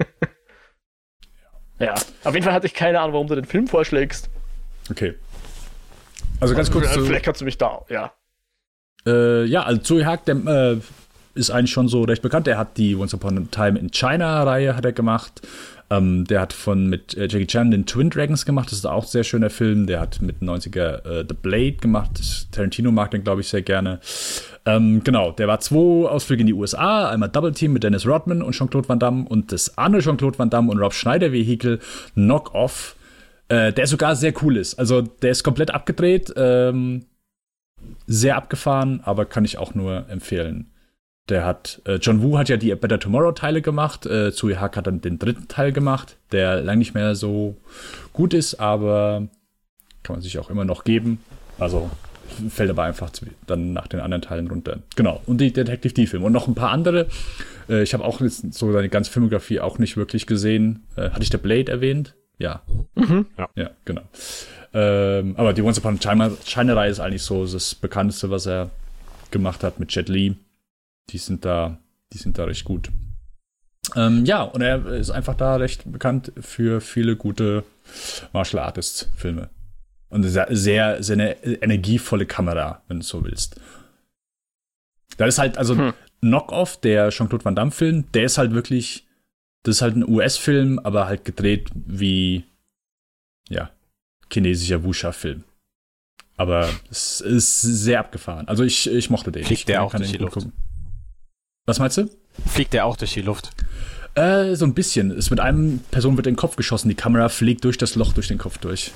Ja, auf jeden Fall hatte ich keine Ahnung, warum du den Film vorschlägst. Okay. Also ganz kurz Äh, zu, Vielleicht kannst du mich da, ja. Äh, ja, also Tsui Hark, der äh, ist eigentlich schon so recht bekannt. Der hat die Once Upon a Time in China-Reihe hat er gemacht. Ähm, der hat von mit äh, Jackie Chan den Twin Dragons gemacht. Das ist auch ein sehr schöner Film. Der hat mit neunziger äh, The Blade gemacht. Das Tarantino mag den, glaube ich, sehr gerne. Ähm, genau, der war zwei Ausflüge in die U S A. Einmal Double Team mit Dennis Rodman und Jean-Claude Van Damme und das andere Jean-Claude Van Damme und Rob Schneider-Vehikel Knock Off, äh, der sogar sehr cool ist. Also der ist komplett abgedreht. Ähm, sehr abgefahren, aber kann ich auch nur empfehlen. Der hat, äh, John Woo hat ja die Better Tomorrow Teile gemacht, äh, Tsui Hark hat dann den dritten Teil gemacht, der lang nicht mehr so gut ist, aber kann man sich auch immer noch geben. Also fällt aber einfach dann nach den anderen Teilen runter. Genau, und die Detective D-Filme und noch ein paar andere. Äh, ich habe auch jetzt so seine ganze Filmografie auch nicht wirklich gesehen. Äh, hatte ich der Blade erwähnt? Ja. Mhm. Ja. Ja, genau. Ähm, aber die Once Upon a China- China-Reihe ist eigentlich so das bekannteste, was er gemacht hat mit Jet Li. Die sind da, die sind da recht gut. Ähm, ja, und er ist einfach da recht bekannt für viele gute Martial Artists Filme. Und sehr, sehr, sehr eine energievolle Kamera, wenn du so willst. Da ist halt, also hm. Knock-Off, der Jean-Claude Van Damme Film, der ist halt wirklich, das ist halt ein U S-Film, aber halt gedreht wie, ja, chinesischer Wuxia-Film. Aber es ist sehr abgefahren. Also ich, ich mochte den. Fliegt ich der auch durch die Luft? Gucken. Was meinst du? Fliegt der auch durch die Luft? Äh, so ein bisschen. Es mit einem Person wird in den Kopf geschossen, die Kamera fliegt durch das Loch durch den Kopf durch.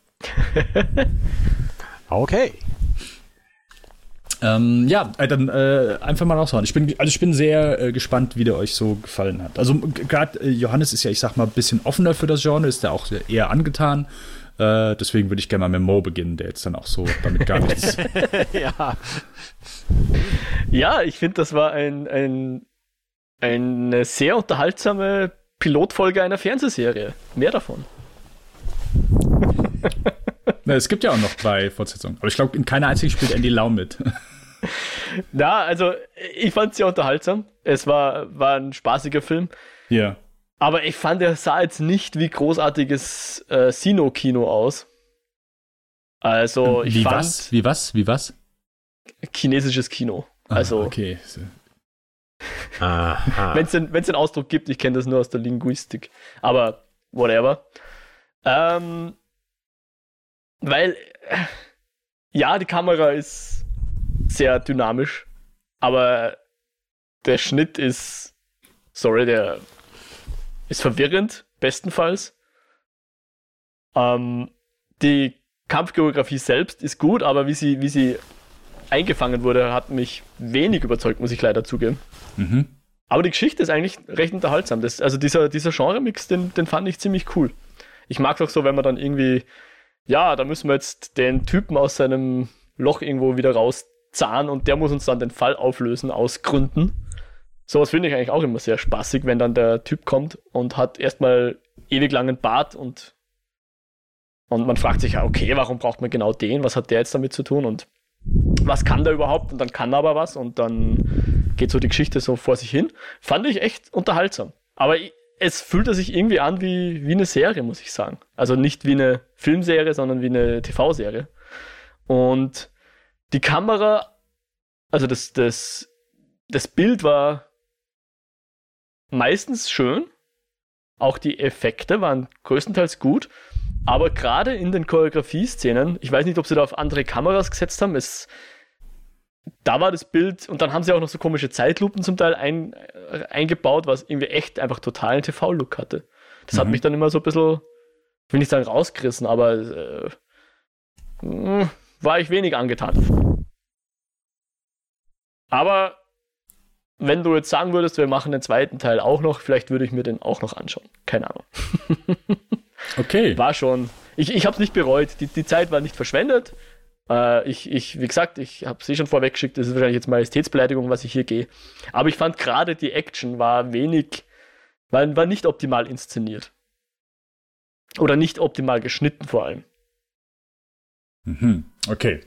Okay. Ähm, ja, äh, dann äh, einfach mal raushauen. Ich bin, also ich bin sehr äh, gespannt, wie der euch so gefallen hat. Also gerade äh, Johannes ist ja, ich sag mal, ein bisschen offener für das Genre, ist der auch eher angetan. Äh, deswegen würde ich gerne mal mit Mo beginnen, der jetzt dann auch so damit gar nichts. ja. Ja, ich finde, das war ein, ein, eine sehr unterhaltsame Pilotfolge einer Fernsehserie. Mehr davon. Na, es gibt ja auch noch drei Fortsetzungen. Aber ich glaube, in keiner einzigen spielt Andy Lau mit. Na, also ich fand es sehr unterhaltsam. Es war, war ein spaßiger Film. Ja. Aber ich fand, er sah jetzt nicht wie großartiges äh, Sino-Kino aus. Also ich wie fand... was? Wie was? Wie was? Chinesisches Kino. Also... Ah, okay. Wenn es den, den Ausdruck gibt, ich kenne das nur aus der Linguistik. Aber whatever. Ähm... Weil... Ja, die Kamera ist sehr dynamisch. Aber der Schnitt ist... Sorry, der... ist verwirrend, bestenfalls. Ähm, die Kampfchoreografie selbst ist gut, aber wie sie, wie sie eingefangen wurde, hat mich wenig überzeugt, muss ich leider zugeben. Mhm. Aber die Geschichte ist eigentlich recht unterhaltsam. Das, also dieser, dieser Genre-Mix, den, den fand ich ziemlich cool. Ich mag es auch so, wenn man dann irgendwie, ja, da müssen wir jetzt den Typen aus seinem Loch irgendwo wieder rauszahlen und der muss uns dann den Fall auflösen aus Gründen. Sowas finde ich eigentlich auch immer sehr spaßig, wenn dann der Typ kommt und hat erstmal ewig langen Bart und, und man fragt sich ja, okay, warum braucht man genau den? Was hat der jetzt damit zu tun? Und was kann der überhaupt? Und dann kann er aber was und dann geht so die Geschichte so vor sich hin. Fand ich echt unterhaltsam. Aber es fühlte sich irgendwie an wie, wie eine Serie, muss ich sagen. Also nicht wie eine Filmserie, sondern wie eine T V-Serie. Und die Kamera, also das, das, das Bild war meistens schön. Auch die Effekte waren größtenteils gut. Aber gerade in den Choreografie-Szenen, ich weiß nicht, ob sie da auf andere Kameras gesetzt haben, es, da war das Bild, und dann haben sie auch noch so komische Zeitlupen zum Teil ein, äh, eingebaut, was irgendwie echt einfach total einen T V-Look hatte. Das mhm. hat mich dann immer so ein bisschen, ich will nicht sagen rausgerissen, aber äh, mh, war ich wenig angetan davon. Aber wenn du jetzt sagen würdest, wir machen den zweiten Teil auch noch, vielleicht würde ich mir den auch noch anschauen. Keine Ahnung. Okay. War schon. Ich, ich habe es nicht bereut. Die, die Zeit war nicht verschwendet. Äh, ich, ich, wie gesagt, ich habe es eh schon vorweggeschickt. Das ist wahrscheinlich jetzt Majestätsbeleidigung, was ich hier gehe. Aber ich fand gerade die Action war wenig, war, war nicht optimal inszeniert. Oder nicht optimal geschnitten vor allem. Mhm. Okay.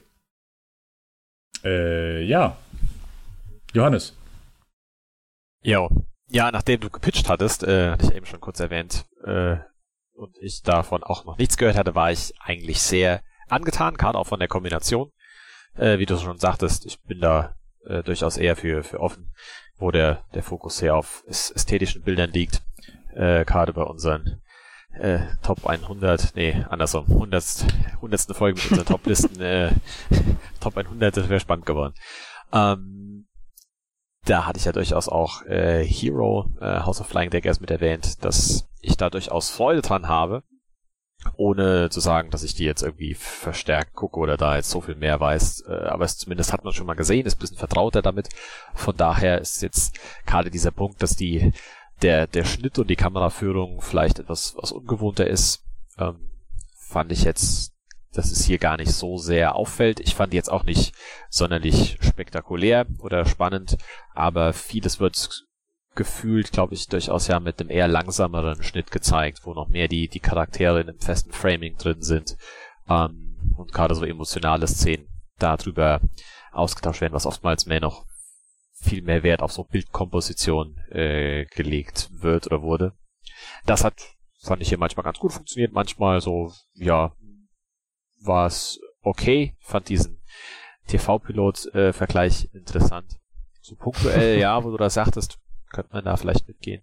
Äh, ja. Johannes. Jo. Ja, nachdem du gepitcht hattest, äh, hatte ich eben schon kurz erwähnt, äh, und ich davon auch noch nichts gehört hatte, war ich eigentlich sehr angetan, gerade auch von der Kombination. Äh, wie du schon sagtest, ich bin da äh, durchaus eher für, für offen, wo der, der Fokus sehr auf ästhetischen Bildern liegt. Äh, gerade bei unseren äh, Top hundert, nee, andersrum, hundertste hundertste Folge mit unseren Top-Listen, äh, Top hundert, das wäre spannend geworden. Ähm, Da hatte ich ja durchaus auch äh, Hero, äh, House of Flying Daggers mit erwähnt, dass ich da durchaus Freude dran habe. ohne zu sagen, dass ich die jetzt irgendwie verstärkt gucke oder da jetzt so viel mehr weiß. Aber es zumindest hat man schon mal gesehen, ist ein bisschen vertrauter damit. Von daher ist jetzt gerade dieser Punkt, dass die der der Schnitt und die Kameraführung vielleicht etwas was ungewohnter ist, ähm, fand ich jetzt, dass es hier gar nicht so sehr auffällt. Ich fand die jetzt auch nicht sonderlich spektakulär oder spannend, aber vieles wird gefühlt, glaube ich, durchaus ja mit einem eher langsameren Schnitt gezeigt, wo noch mehr die die Charaktere in einem festen Framing drin sind, ähm, und gerade so emotionale Szenen darüber ausgetauscht werden, was oftmals mehr noch viel mehr Wert auf so Bildkomposition äh, gelegt wird oder wurde. Das hat, fand ich hier manchmal ganz gut funktioniert, manchmal so, ja, war es okay, fand diesen T V-Pilot-Vergleich äh, interessant. So punktuell, ja, wo du das sagtest, könnte man da vielleicht mitgehen.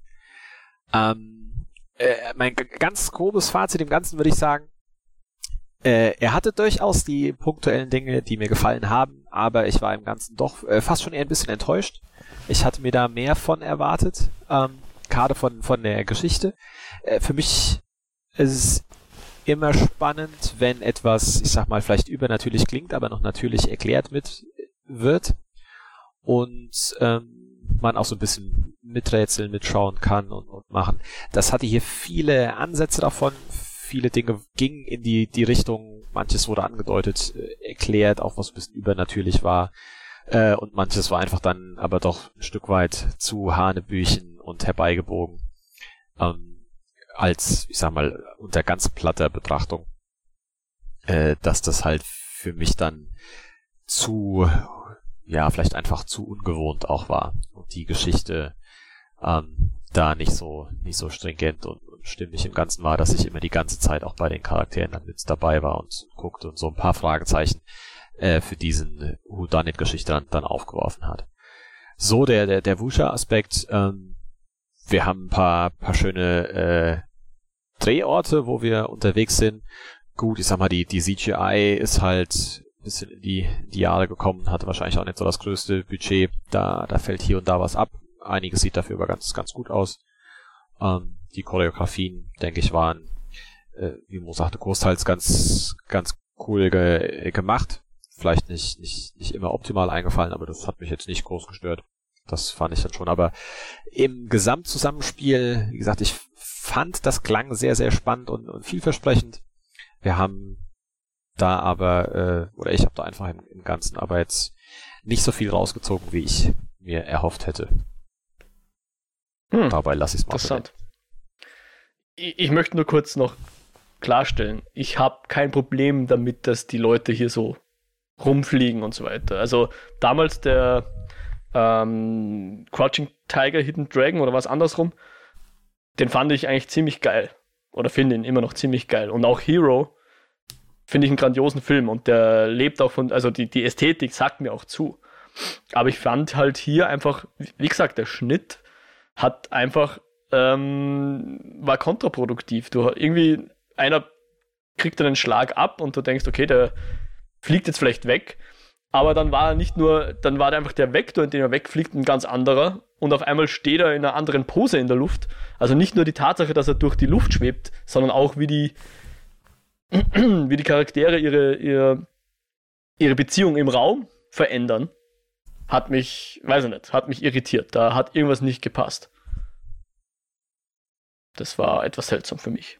Ähm, äh, mein g- ganz grobes Fazit im Ganzen würde ich sagen, äh, er hatte durchaus die punktuellen Dinge, die mir gefallen haben, aber ich war im Ganzen doch äh, fast schon eher ein bisschen enttäuscht. Ich hatte mir da mehr von erwartet, ähm, gerade von von der Geschichte. Äh, für mich ist es immer spannend, wenn etwas, ich sag mal, vielleicht übernatürlich klingt, aber noch natürlich erklärt mit wird und ähm, man auch so ein bisschen miträtseln, mitschauen kann und, und machen. Das hatte hier viele Ansätze davon. Viele Dinge gingen in die, die Richtung, manches wurde angedeutet, äh, erklärt, auch was ein bisschen übernatürlich war. Äh, und manches war einfach dann aber doch ein Stück weit zu Hanebüchen und herbeigebogen. Ähm, als, ich sag mal, unter ganz platter Betrachtung, äh, dass das halt für mich dann zu, ja, vielleicht einfach zu ungewohnt auch war. Und die Geschichte ähm, da nicht so nicht so stringent und, und stimmig im Ganzen war, dass ich immer die ganze Zeit auch bei den Charakteren dann mit dabei war und guckte und so ein paar Fragezeichen äh, für diesen Whodunit-Geschichte dann, dann aufgeworfen hat. So, der der der Wuxia-Aspekt, ähm, wir haben ein paar paar schöne äh, Drehorte, wo wir unterwegs sind. Gut, ich sag mal, die die C G I ist halt ein bisschen in die, in die Jahre gekommen, hatte wahrscheinlich auch nicht so das größte Budget. Da da fällt hier und da was ab. Einiges sieht dafür aber ganz, ganz gut aus. Ähm, die Choreografien, denke ich, waren, äh, wie Mo sagte, großteils ganz, ganz cool ge- gemacht. Vielleicht nicht, nicht, nicht immer optimal eingefallen, aber das hat mich jetzt nicht groß gestört. Das fand ich dann schon. Aber im Gesamtzusammenspiel, wie gesagt, ich fand, das klang sehr, sehr spannend und, und vielversprechend. Wir haben da aber, äh, oder ich habe da einfach im, im Ganzen aber jetzt nicht so viel rausgezogen, wie ich mir erhofft hätte. Hm, Dabei lasse ich es mal. Interessant. Ich, ich möchte nur kurz noch klarstellen, ich habe kein Problem damit, dass die Leute hier so rumfliegen und so weiter. Also damals der ähm, Crouching Tiger, Hidden Dragon oder was andersrum, den fand ich eigentlich ziemlich geil. Oder finde ihn immer noch ziemlich geil. Und auch Hero finde ich einen grandiosen Film und der lebt auch von, also die, die Ästhetik sagt mir auch zu. Aber ich fand halt hier einfach, wie gesagt, der Schnitt hat einfach, ähm, war kontraproduktiv. Du irgendwie, einer kriegt einen Schlag ab und du denkst, okay, der fliegt jetzt vielleicht weg, aber dann war er nicht nur, dann war einfach der Vektor, in dem er wegfliegt, ein ganz anderer und auf einmal steht er in einer anderen Pose in der Luft. Also nicht nur die Tatsache, dass er durch die Luft schwebt, sondern auch wie die, wie die Charaktere ihre, ihre, ihre Beziehung im Raum verändern. Hat mich, weiß ich nicht, hat mich irritiert. Da hat irgendwas nicht gepasst. Das war etwas seltsam für mich.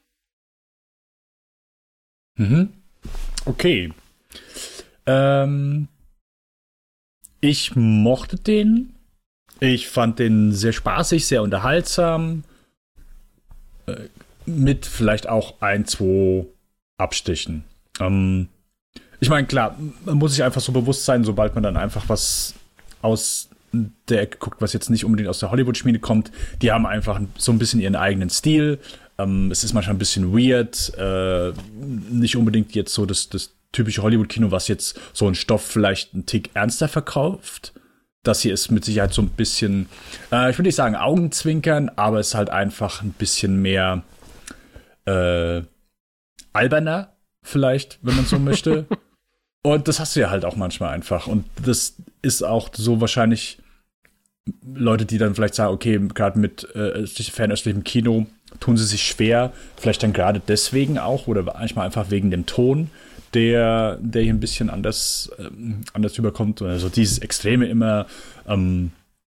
Mhm. Okay. Ähm, ich mochte den. Ich fand den sehr spaßig, sehr unterhaltsam. Äh, mit vielleicht auch ein, zwei Abstichen. Ähm, ich meine, klar, man muss sich einfach so bewusst sein, sobald man dann einfach was aus der Ecke guckt, was jetzt nicht unbedingt aus der Hollywood-Schmiede kommt, die haben einfach so ein bisschen ihren eigenen Stil. Ähm, es ist manchmal ein bisschen weird, äh, nicht unbedingt jetzt so das, das typische Hollywood-Kino, was jetzt so einen Stoff vielleicht einen Tick ernster verkauft. Das hier ist mit Sicherheit so ein bisschen, äh, ich würde nicht sagen Augenzwinkern, aber es ist halt einfach ein bisschen mehr äh, alberner, vielleicht, wenn man so möchte. Und das hast du ja halt auch manchmal einfach. Und das ist auch so wahrscheinlich Leute, die dann vielleicht sagen, okay, gerade mit äh, fernöstlichem Kino, tun sie sich schwer, vielleicht dann gerade deswegen auch oder manchmal einfach wegen dem Ton, der, der hier ein bisschen anders, ähm, anders überkommt. Also dieses Extreme immer, ähm,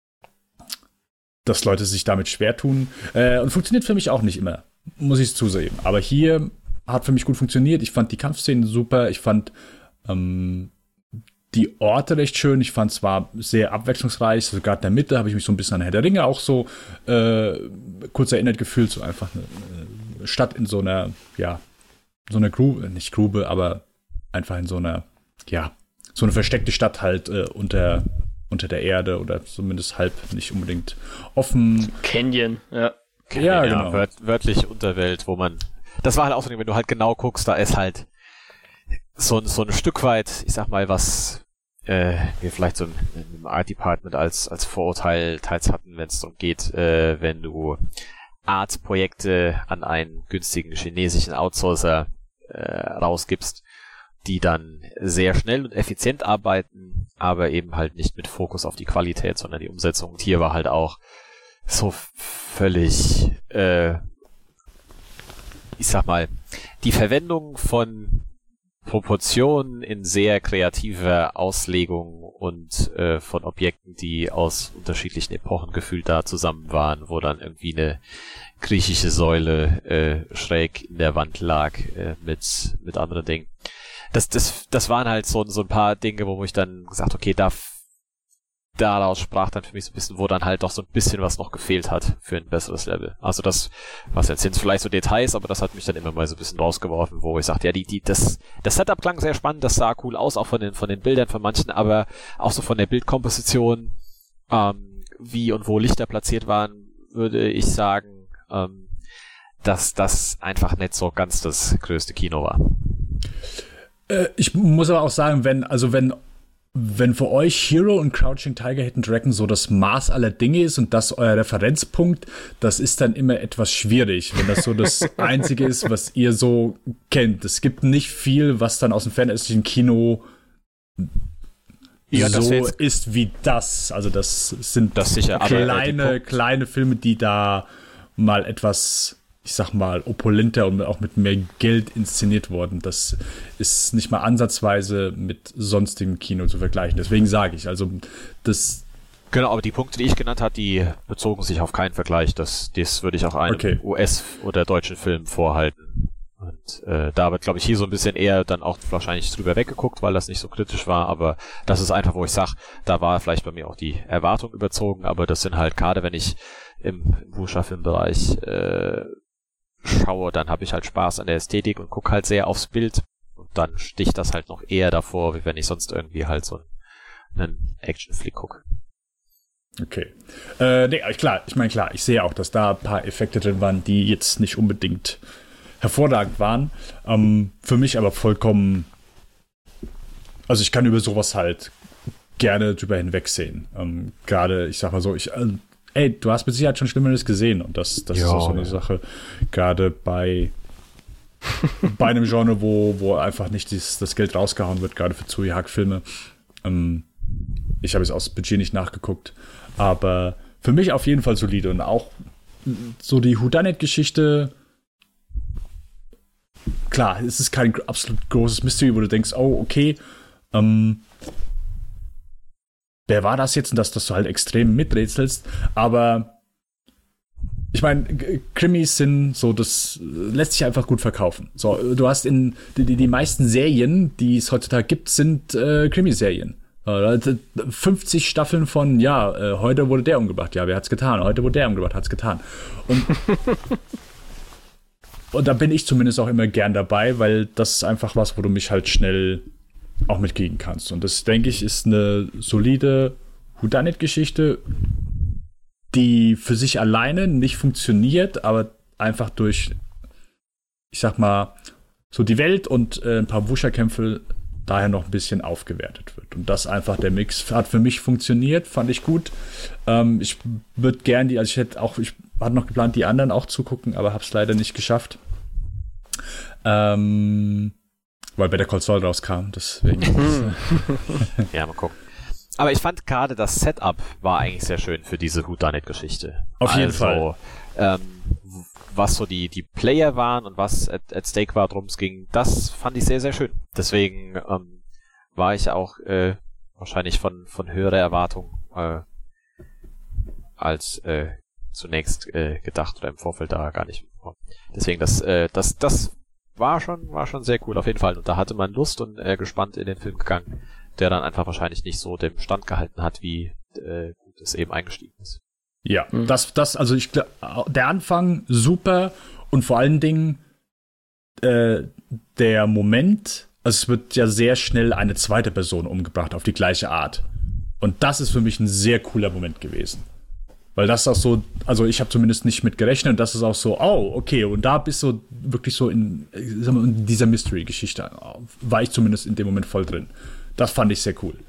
dass Leute sich damit schwer tun. Äh, und funktioniert für mich auch nicht immer, muss ich es zusehen. Aber hier hat für mich gut funktioniert. Ich fand die Kampfszenen super. Ich fand ähm, die Orte recht schön. Ich fand es zwar sehr abwechslungsreich. Also gerade in der Mitte habe ich mich so ein bisschen an Herr der Ringe auch so äh, kurz erinnert gefühlt. So einfach eine, eine Stadt in so einer, ja, so einer Grube, nicht Grube, aber einfach in so einer, ja, so eine versteckte Stadt halt äh, unter, unter der Erde oder zumindest halb nicht unbedingt offen. Canyon, ja. Canyon, ja, genau. Wört, wörtlich Unterwelt, wo man, das war halt auch so, wenn du halt genau guckst, da ist halt so, so ein Stück weit, ich sag mal, was äh, wir vielleicht so im, im Art Department als, als Vorurteil teils hatten, wenn es darum geht, äh, wenn du Art-Projekte an einen günstigen chinesischen Outsourcer äh, rausgibst, die dann sehr schnell und effizient arbeiten, aber eben halt nicht mit Fokus auf die Qualität, sondern die Umsetzung. Und hier war halt auch so völlig, äh, ich sag mal, die Verwendung von Proportionen in sehr kreativer Auslegung und äh, von Objekten, die aus unterschiedlichen Epochen gefühlt da zusammen waren, wo dann irgendwie eine griechische Säule äh, schräg in der Wand lag äh, mit mit anderen Dingen. Das das das waren halt so so ein paar Dinge, wo ich dann gesagt, okay, da daraus sprach dann für mich so ein bisschen, wo dann halt doch so ein bisschen was noch gefehlt hat für ein besseres Level. Also das, was jetzt sind vielleicht so Details, aber das hat mich dann immer mal so ein bisschen rausgeworfen, wo ich sagte, ja, die, die, das, das Setup klang sehr spannend, das sah cool aus, auch von den, von den Bildern von manchen, aber auch so von der Bildkomposition, ähm, wie und wo Lichter platziert waren, würde ich sagen, ähm, dass das einfach nicht so ganz das größte Kino war. Äh, ich muss aber auch sagen, wenn, also wenn Wenn für euch Hero und Crouching Tiger, Hidden Dragon so das Maß aller Dinge ist und das euer Referenzpunkt, das ist dann immer etwas schwierig, wenn das so das Einzige ist, was ihr so kennt. Es gibt nicht viel, was dann aus dem fernöstlichen Kino ja, so ist wie das. Also das sind das sicher, kleine, aber, äh, kleine Filme, die da mal etwas, ich sag mal, opulenter und auch mit mehr Geld inszeniert worden. Das ist nicht mal ansatzweise mit sonstigem Kino zu vergleichen. Deswegen sage ich, also das... Genau, aber die Punkte, die ich genannt habe, die bezogen sich auf keinen Vergleich. Das, das würde ich auch einem okay. U S- oder deutschen Film vorhalten. Und äh, da wird, glaube ich, hier so ein bisschen eher dann auch wahrscheinlich drüber weggeguckt, weil das nicht so kritisch war. Aber das ist einfach, wo ich sage, da war vielleicht bei mir auch die Erwartung überzogen. Aber das sind halt gerade, wenn ich im, im Wuxia-Filmbereich äh, schaue, dann habe ich halt Spaß an der Ästhetik und gucke halt sehr aufs Bild und dann sticht das halt noch eher davor, wie wenn ich sonst irgendwie halt so einen Action-Flick gucke. Okay. Äh, nee, klar, ich meine, klar, ich sehe auch, dass da ein paar Effekte drin waren, die jetzt nicht unbedingt hervorragend waren. Ähm, für mich aber vollkommen, also ich kann über sowas halt gerne drüber hinwegsehen. Ähm, gerade, ich sag mal so, ich äh, ey, du hast mit Sicherheit schon Schlimmeres gesehen und das, das ist auch so eine ja. Sache, gerade bei bei einem Genre, wo, wo einfach nicht dieses, das Geld rausgehauen wird, gerade für Tsui-Hark-Filme. Ähm, ich habe jetzt aus Budget nicht nachgeguckt, aber für mich auf jeden Fall solide und auch so die Whodunit-Geschichte, klar, es ist kein absolut großes Mystery, wo du denkst, oh, okay, ähm, wer war das jetzt? Und dass, dass du halt extrem miträtselst. Aber ich meine, Krimis sind so, das lässt sich einfach gut verkaufen. So, du hast in die, die, die meisten Serien, die es heutzutage gibt, sind äh, Krimiserien. Äh, fünfzig Staffeln von, ja, äh, heute wurde der umgebracht. Ja, wer hat's getan? Heute wurde der umgebracht, hat's getan. Und, und da bin ich zumindest auch immer gern dabei, weil das ist einfach was, wo du mich halt schnell auch mitkriegen kannst. Und das, denke ich, ist eine solide Whodunit-Geschichte, die für sich alleine nicht funktioniert, aber einfach durch, ich sag mal, so die Welt und äh, ein paar Wuxia-Kämpfe daher noch ein bisschen aufgewertet wird. Und das einfach, der Mix hat für mich funktioniert, fand ich gut. Ähm, ich würde gern die, also ich hätte auch, ich hatte noch geplant, die anderen auch zu gucken, aber hab's leider nicht geschafft. Ähm, Weil Better Call Saul rauskam, deswegen. Ja, mal gucken. Aber ich fand gerade das Setup war eigentlich sehr schön für diese Whodunit-Geschichte. Auf jeden also, Fall. Ähm, was so die, die Player waren und was at, at stake war, drum es ging, das fand ich sehr, sehr schön. Deswegen ähm, war ich auch äh, wahrscheinlich von, von höherer Erwartung äh, als äh, zunächst äh, gedacht oder im Vorfeld da gar nicht. Deswegen, das, äh, das, das war schon, war schon sehr cool auf jeden Fall. Und da hatte man Lust und äh, gespannt in den Film gegangen, der dann einfach wahrscheinlich nicht so dem Stand gehalten hat, wie äh, gut es eben eingestiegen ist. Ja, mhm. das, das, also ich glaube, der Anfang super und vor allen Dingen äh, der Moment, also es wird ja sehr schnell eine zweite Person umgebracht auf die gleiche Art. Und das ist für mich ein sehr cooler Moment gewesen. Weil das auch so, also ich habe zumindest nicht mit gerechnet und das ist auch so, oh, okay, und da bist du wirklich so in, sag mal, in dieser Mystery-Geschichte, war ich zumindest in dem Moment voll drin. Das fand ich sehr cool.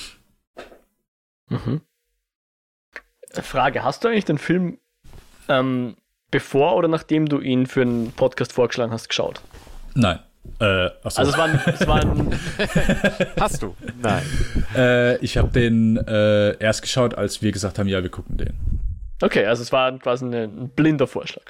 Mhm. Frage, hast du eigentlich den Film ähm, bevor oder nachdem du ihn für einen Podcast vorgeschlagen hast, geschaut? Nein. Äh, achso. Also es war ein... Es war ein Hast du? Nein. Äh, ich habe den äh, erst geschaut, als wir gesagt haben, ja, wir gucken den. Okay, also es war quasi eine, ein blinder Vorschlag.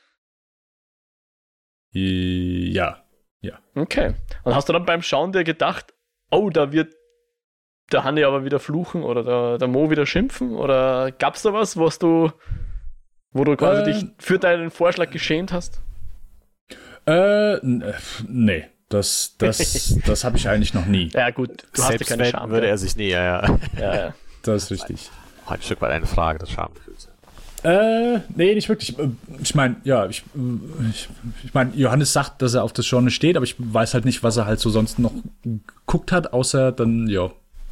Ja, ja. Okay. Und hast du dann beim Schauen dir gedacht, oh, da wird der Hanni aber wieder fluchen oder der, der Mo wieder schimpfen? Oder gab's da was, was du, wo du quasi äh, dich für deinen Vorschlag geschämt hast? Äh, n- nee. Das, das, das habe ich eigentlich noch nie. Ja, gut, du hast ja keine Scham. würde er sich nie, ja, ja. ja, ja. Das ist richtig. Ein Stück weit eine Frage des Schamgefühls. Äh, nee, nicht wirklich. Ich meine, ja, ich, ich, ich meine, Johannes sagt, dass er auf das Genre steht, aber ich weiß halt nicht, was er halt so sonst noch geguckt hat, außer dann, ja,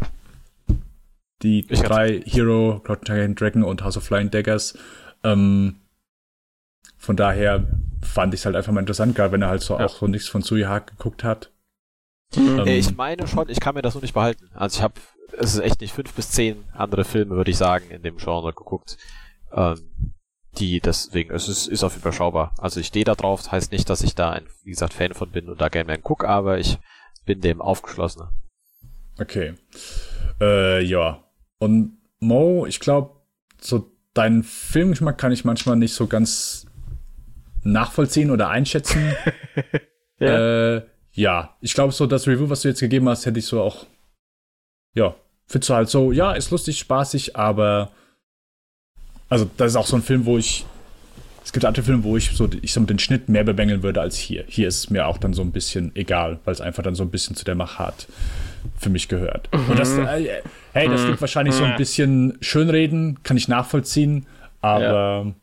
die Ich drei Hero, Crouching Dragon und House of Flying Daggers. Ähm, von daher fand ich es halt einfach mal interessant, gerade wenn er halt so ja. auch so nichts von Suihak geguckt hat. Mhm. Ähm, ich meine schon, ich kann mir das nur nicht behalten. Also ich habe, es ist echt nicht fünf bis zehn andere Filme, würde ich sagen, in dem Genre geguckt. Ähm, die deswegen, es ist, ist auf überschaubar. Also ich stehe da drauf, das heißt nicht, dass ich da ein, wie gesagt, Fan von bin und da gerne mehr gucke, aber ich bin dem aufgeschlossener. Okay. Äh, ja. Und Mo, ich glaube, so deinen Filmgeschmack kann ich manchmal nicht so ganz nachvollziehen oder einschätzen. ja. Äh, ja, ich glaube so, das Review, was du jetzt gegeben hast, hätte ich so auch, ja, findest du halt so, ja, ist lustig, spaßig, aber also das ist auch so ein Film, wo ich, es gibt andere Filme, wo ich so, ich so den Schnitt mehr bemängeln würde als hier. Hier ist es mir auch dann so ein bisschen egal, weil es einfach dann so ein bisschen zu der Machart für mich gehört. Mhm. Und das, äh, hey, das klingt wahrscheinlich so ein bisschen Schönreden, kann ich nachvollziehen, aber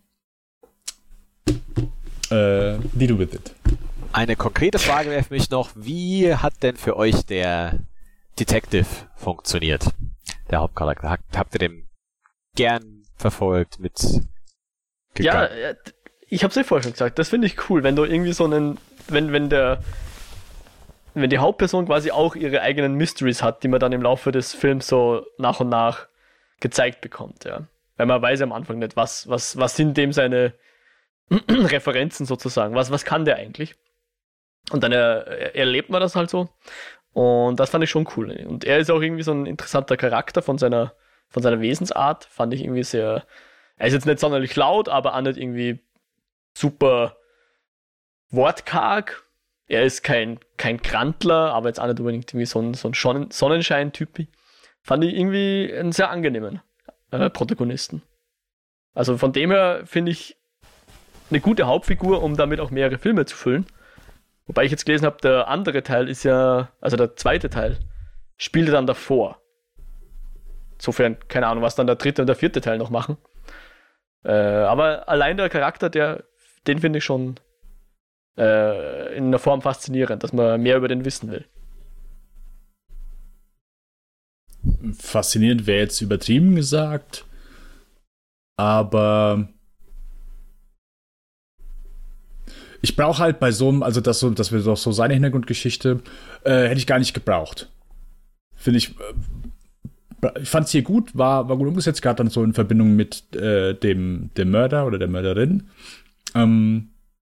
ja. äh, deal with it. Eine konkrete Frage wäre für mich noch, wie hat denn für euch der Detective funktioniert? Der Hauptcharakter. Habt ihr den gern verfolgt, mit gegangen? Ja, ich hab's ja vorher schon gesagt, das finde ich cool, wenn du irgendwie so einen, wenn, wenn der wenn die Hauptperson quasi auch ihre eigenen Mysteries hat, die man dann im Laufe des Films so nach und nach gezeigt bekommt, ja. Weil man weiß am Anfang nicht, was, was, was sind dem seine Referenzen sozusagen, was, was kann der eigentlich? Und dann er, erlebt man das halt so. Und das fand ich schon cool. Und er ist auch irgendwie so ein interessanter Charakter von seiner, von seiner Wesensart. Fand ich irgendwie sehr. Er ist jetzt nicht sonderlich laut, aber auch nicht irgendwie super wortkarg. Er ist kein, kein Krantler, aber jetzt auch nicht unbedingt irgendwie so ein, so ein Sonnenschein-Typ. Fand ich irgendwie einen sehr angenehmen äh, Protagonisten. Also von dem her finde ich eine gute Hauptfigur, um damit auch mehrere Filme zu füllen. Wobei ich jetzt gelesen habe, der andere Teil ist ja, also der zweite Teil, spielt dann davor. Insofern, keine Ahnung, was dann der dritte und der vierte Teil noch machen. Äh, aber allein der Charakter, der, den finde ich schon äh, in einer Form faszinierend, dass man mehr über den wissen will. Faszinierend wäre jetzt übertrieben gesagt, aber ich brauche halt bei so einem, also das so, das wäre doch so seine Hintergrundgeschichte, äh, hätte ich gar nicht gebraucht. Finde ich, äh, ich fand es hier gut, war, war gut umgesetzt, gerade dann so in Verbindung mit äh, dem, dem Mörder oder der Mörderin. Ähm,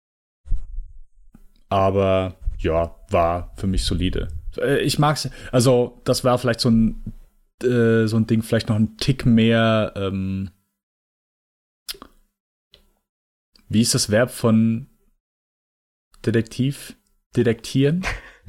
aber ja, war für mich solide. Äh, ich mag's, also das war vielleicht so ein, äh, so ein Ding, vielleicht noch ein Tick mehr, ähm, wie ist das Verb von Detektiv? Detektieren?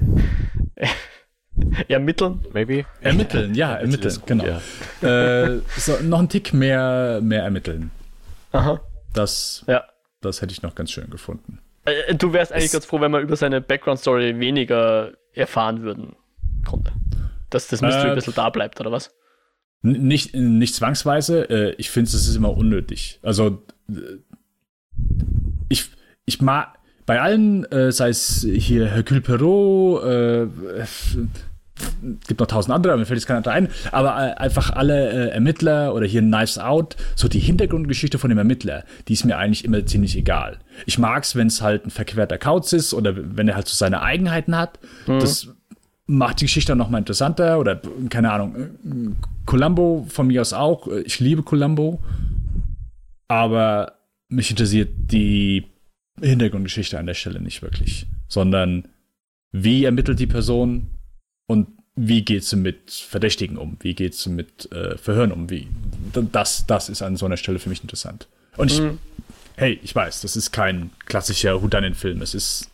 Ermitteln? Maybe? Ermitteln, ja, ermitteln, gut, genau. Ja. Äh, so, noch einen Tick mehr, mehr ermitteln. Aha. Das, ja. das hätte ich noch ganz schön gefunden. Äh, du wärst eigentlich es ganz froh, wenn wir über seine Background-Story weniger erfahren würden. Konnte. Dass das Mystery äh, ein bisschen da bleibt, oder was? N- nicht, nicht zwangsweise. Äh, ich finde, es ist immer unnötig. Also, äh, ich, ich mag, bei allen, äh, sei es hier Hercule Poirot, äh, gibt noch tausend andere, aber mir fällt jetzt keiner ein, aber äh, einfach alle äh, Ermittler oder hier Knives Out, so die Hintergrundgeschichte von dem Ermittler, die ist mir eigentlich immer ziemlich egal. Ich mag's, wenn es halt ein verquerter Kauz ist oder wenn er halt so seine Eigenheiten hat. Mhm. Das macht die Geschichte dann nochmal interessanter oder, keine Ahnung, Columbo von mir aus auch. Ich liebe Columbo, aber mich interessiert die Hintergrundgeschichte an der Stelle nicht wirklich, sondern wie ermittelt die Person und wie geht sie mit Verdächtigen um, wie geht sie mit äh, Verhören um, wie das, das ist an so einer Stelle für mich interessant. Und ich, mhm. hey, ich weiß, das ist kein klassischer Whodunit-Film, es ist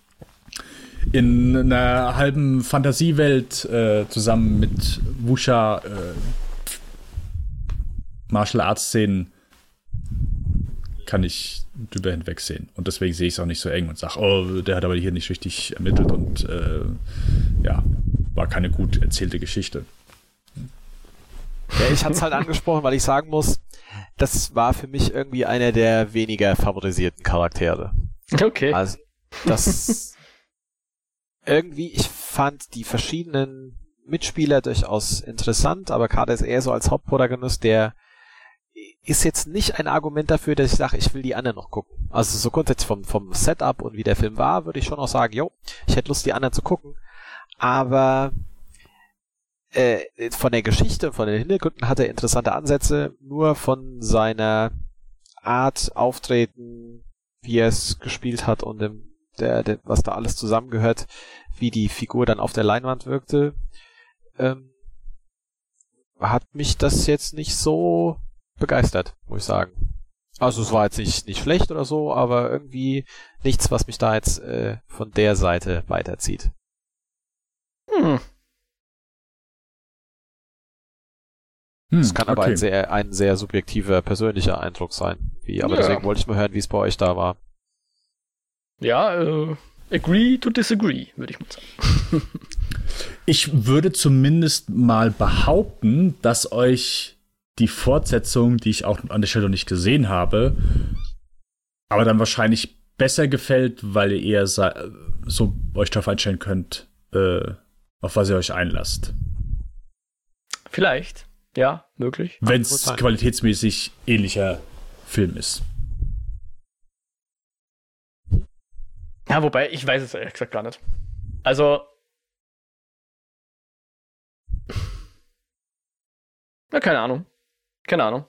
in einer halben Fantasiewelt äh, zusammen mit Wuxia äh, Martial Arts Szenen kann ich drüber hinwegsehen. Und deswegen sehe ich es auch nicht so eng und sage, oh, der hat aber hier nicht richtig ermittelt und äh, ja, war keine gut erzählte Geschichte. Ja, ich hatte es halt angesprochen, weil ich sagen muss, das war für mich irgendwie einer der weniger favorisierten Charaktere. Okay. Also, das irgendwie, ich fand die verschiedenen Mitspieler durchaus interessant, aber gerade ist er so als Hauptprotagonist, der ist jetzt nicht ein Argument dafür, dass ich sage, ich will die anderen noch gucken. Also so grundsätzlich vom, vom Setup und wie der Film war, würde ich schon auch sagen, jo, ich hätte Lust, die anderen zu gucken. Aber äh, von der Geschichte, von den Hintergründen hat er interessante Ansätze, nur von seiner Art, Auftreten, wie er es gespielt hat und dem, der, der, was da alles zusammengehört, wie die Figur dann auf der Leinwand wirkte, ähm, hat mich das jetzt nicht so begeistert, muss ich sagen. Also es war jetzt nicht, nicht schlecht oder so, aber irgendwie nichts, was mich da jetzt äh, von der Seite weiterzieht. Hm. Das kann hm, aber okay. ein sehr, ein sehr subjektiver, persönlicher Eindruck sein. Wie, aber Ja. deswegen wollte ich mal hören, wie es bei euch da war. Ja, äh, agree to disagree, würde ich mal sagen. Ich würde zumindest mal behaupten, dass euch die Fortsetzung, die ich auch an der Stelle noch nicht gesehen habe, aber dann wahrscheinlich besser gefällt, weil ihr eher sa- so euch darauf einstellen könnt, äh, auf was ihr euch einlasst. Vielleicht. Ja, möglich. Wenn gut es sein. qualitätsmäßig ähnlicher Film ist. Ja, wobei, ich weiß es ehrlich gesagt gar nicht. Also. Na, keine Ahnung. Keine Ahnung.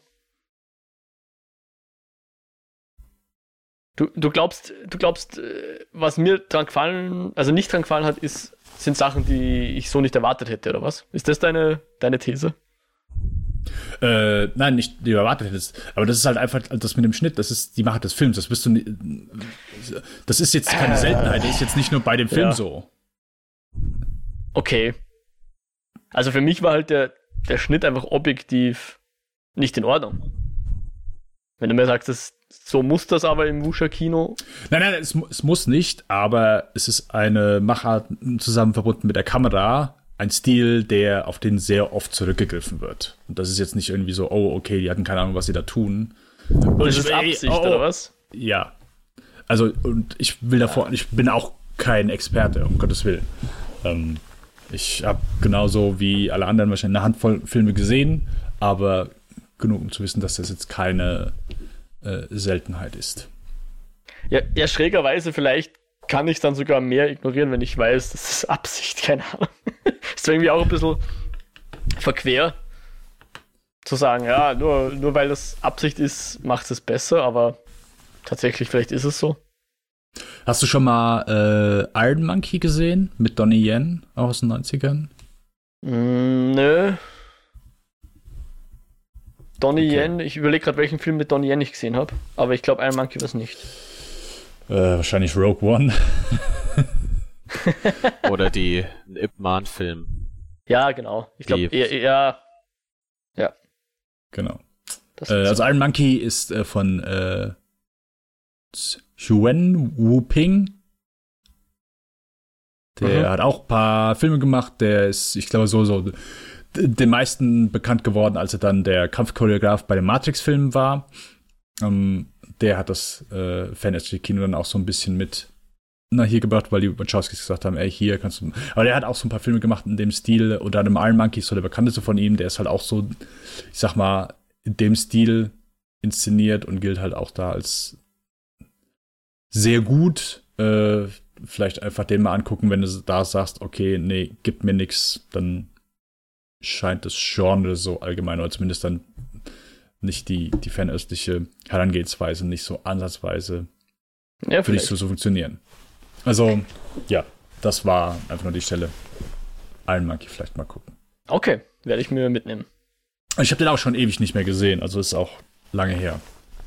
Du, du glaubst, du glaubst, äh, was mir dran gefallen, also nicht dran gefallen hat, ist, sind Sachen, die ich so nicht erwartet hätte, oder was? Ist das deine, deine These? Äh, nein, nicht, die du erwartet hättest. Aber das ist halt einfach das mit dem Schnitt, das ist die Macht des Films. Das bist du, ni- das ist jetzt keine Seltenheit, das ist jetzt nicht nur bei dem Film Ja. so. Okay. Also für mich war halt der, der Schnitt einfach objektiv nicht in Ordnung. Wenn du mir sagst, das, so muss das aber im Wuxia-Kino. Nein, nein, es, mu- es muss nicht, aber es ist eine Machart zusammen verbunden mit der Kamera, ein Stil, der auf den sehr oft zurückgegriffen wird. Und das ist jetzt nicht irgendwie so, oh, okay, die hatten keine Ahnung, was sie da tun. Und Das ich- ist ey, Absicht, oh, oh. oder was? Ja. Also, und ich will davor, ich bin auch kein Experte, um Gottes Willen. Ähm, ich habe genauso wie alle anderen wahrscheinlich eine Handvoll Filme gesehen, aber genug, um zu wissen, dass das jetzt keine äh, Seltenheit ist. Ja, ja, schrägerweise vielleicht kann ich dann sogar mehr ignorieren, wenn ich weiß, das ist Absicht, keine Ahnung. Ist irgendwie auch ein bisschen verquer zu sagen, ja, nur, nur weil das Absicht ist, macht es besser, aber tatsächlich, vielleicht ist es so. Hast du schon mal äh, Iron Monkey gesehen? Mit Donnie Yen, auch aus den neunzigern? Mm, nö. Donnie Okay. Yen, ich überlege gerade, welchen Film mit Donnie Yen ich gesehen habe, aber ich glaube, Iron Monkey war es nicht. Äh, wahrscheinlich Rogue One. Oder die Ip Man-Film. Ja, genau. Ich glaube, Die- eher, eher, Genau. das Äh, also Iron Monkey ist äh, von äh, Yuen Wu-Ping. Der Mhm. hat auch ein paar Filme gemacht. Der ist, ich glaube, so, so d- den meisten bekannt geworden, als er dann der Kampfchoreograf bei den Matrix-Filmen war. Ähm, der hat das äh, Fantasy-Kino dann auch so ein bisschen mit na, hier gebracht, weil die Wachowskis gesagt haben, ey, hier kannst du. Aber der hat auch so ein paar Filme gemacht in dem Stil, unter dem Iron Monkey ist so der bekannteste von ihm. Der ist halt auch so, ich sag mal, in dem Stil inszeniert und gilt halt auch da als sehr gut. Äh, vielleicht einfach den mal angucken, wenn du da sagst, okay, nee, gibt mir nix, dann scheint das Genre so allgemein, oder zumindest dann nicht die, die fernöstliche Herangehensweise, nicht so ansatzweise ja, für dich vielleicht. so, so funktionieren. Also, ja, das war einfach nur die Stelle. Iron Monkey vielleicht mal gucken. Okay, werde ich mir mitnehmen. Ich habe den auch schon ewig nicht mehr gesehen, also ist auch lange her.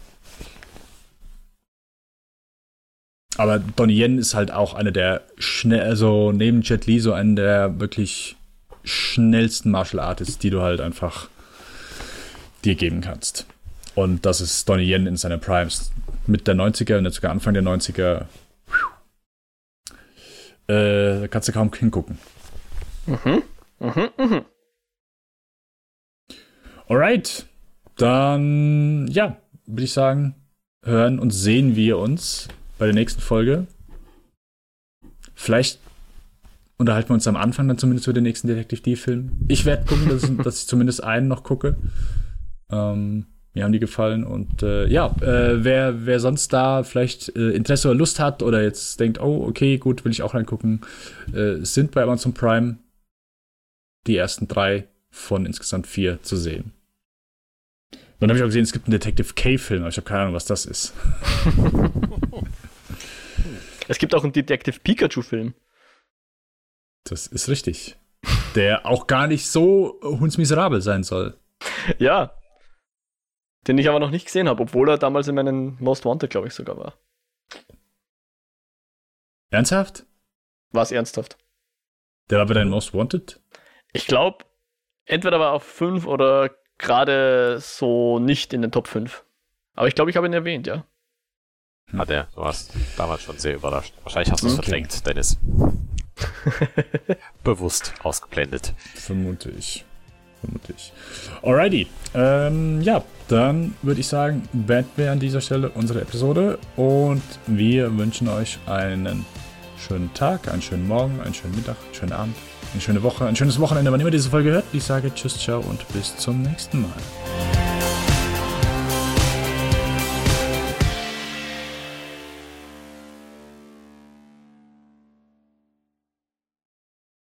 Aber Donnie Yen ist halt auch eine der schnell, also neben Jet Li so eine der wirklich schnellsten Martial Artists, die du halt einfach dir geben kannst. Und das ist Donnie Yen in seiner Primes. Mit der neunziger und sogar Anfang der neunziger. Äh, da kannst du kaum hingucken. Mhm. Mhm, mhm. Alright. Dann, ja, würde ich sagen, hören und sehen wir uns bei der nächsten Folge. Vielleicht unterhalten wir uns am Anfang dann zumindest über den nächsten Detective D-Film. Ich werde gucken, dass ich, dass ich zumindest einen noch gucke. Ähm, mir haben die gefallen. Und äh, ja, äh, wer, wer sonst da vielleicht äh, Interesse oder Lust hat oder jetzt denkt, oh, okay, gut, will ich auch reingucken, äh, sind bei Amazon Prime die ersten drei von insgesamt vier zu sehen. Dann habe ich auch gesehen, es gibt einen Detective K-Film, aber ich habe keine Ahnung, was das ist. Es gibt auch einen Detective Pikachu-Film. Das ist richtig. Der auch gar nicht so hundsmiserabel sein soll. Ja. Den ich aber noch nicht gesehen habe, obwohl er damals in meinen Most Wanted, glaube ich, sogar war. Ernsthaft? War es ernsthaft? Der war bei deinem Most Wanted? Ich glaube, entweder war er auf fünf oder gerade so nicht in den Top fünf. Aber ich glaube, ich habe ihn erwähnt, ja. Hat er. Du warst damals schon sehr überrascht. Wahrscheinlich hast du es Okay. verdrängt, Dennis. Bewusst ausgeblendet. Vermute ich. Vermute ich. Alrighty. Ähm, ja, dann würde ich sagen, beenden wir an dieser Stelle unsere Episode und wir wünschen euch einen schönen Tag, einen schönen Morgen, einen schönen Mittag, einen schönen Abend, eine schöne Woche, ein schönes Wochenende, wann immer diese Folge hört. Ich sage Tschüss, ciao und bis zum nächsten Mal.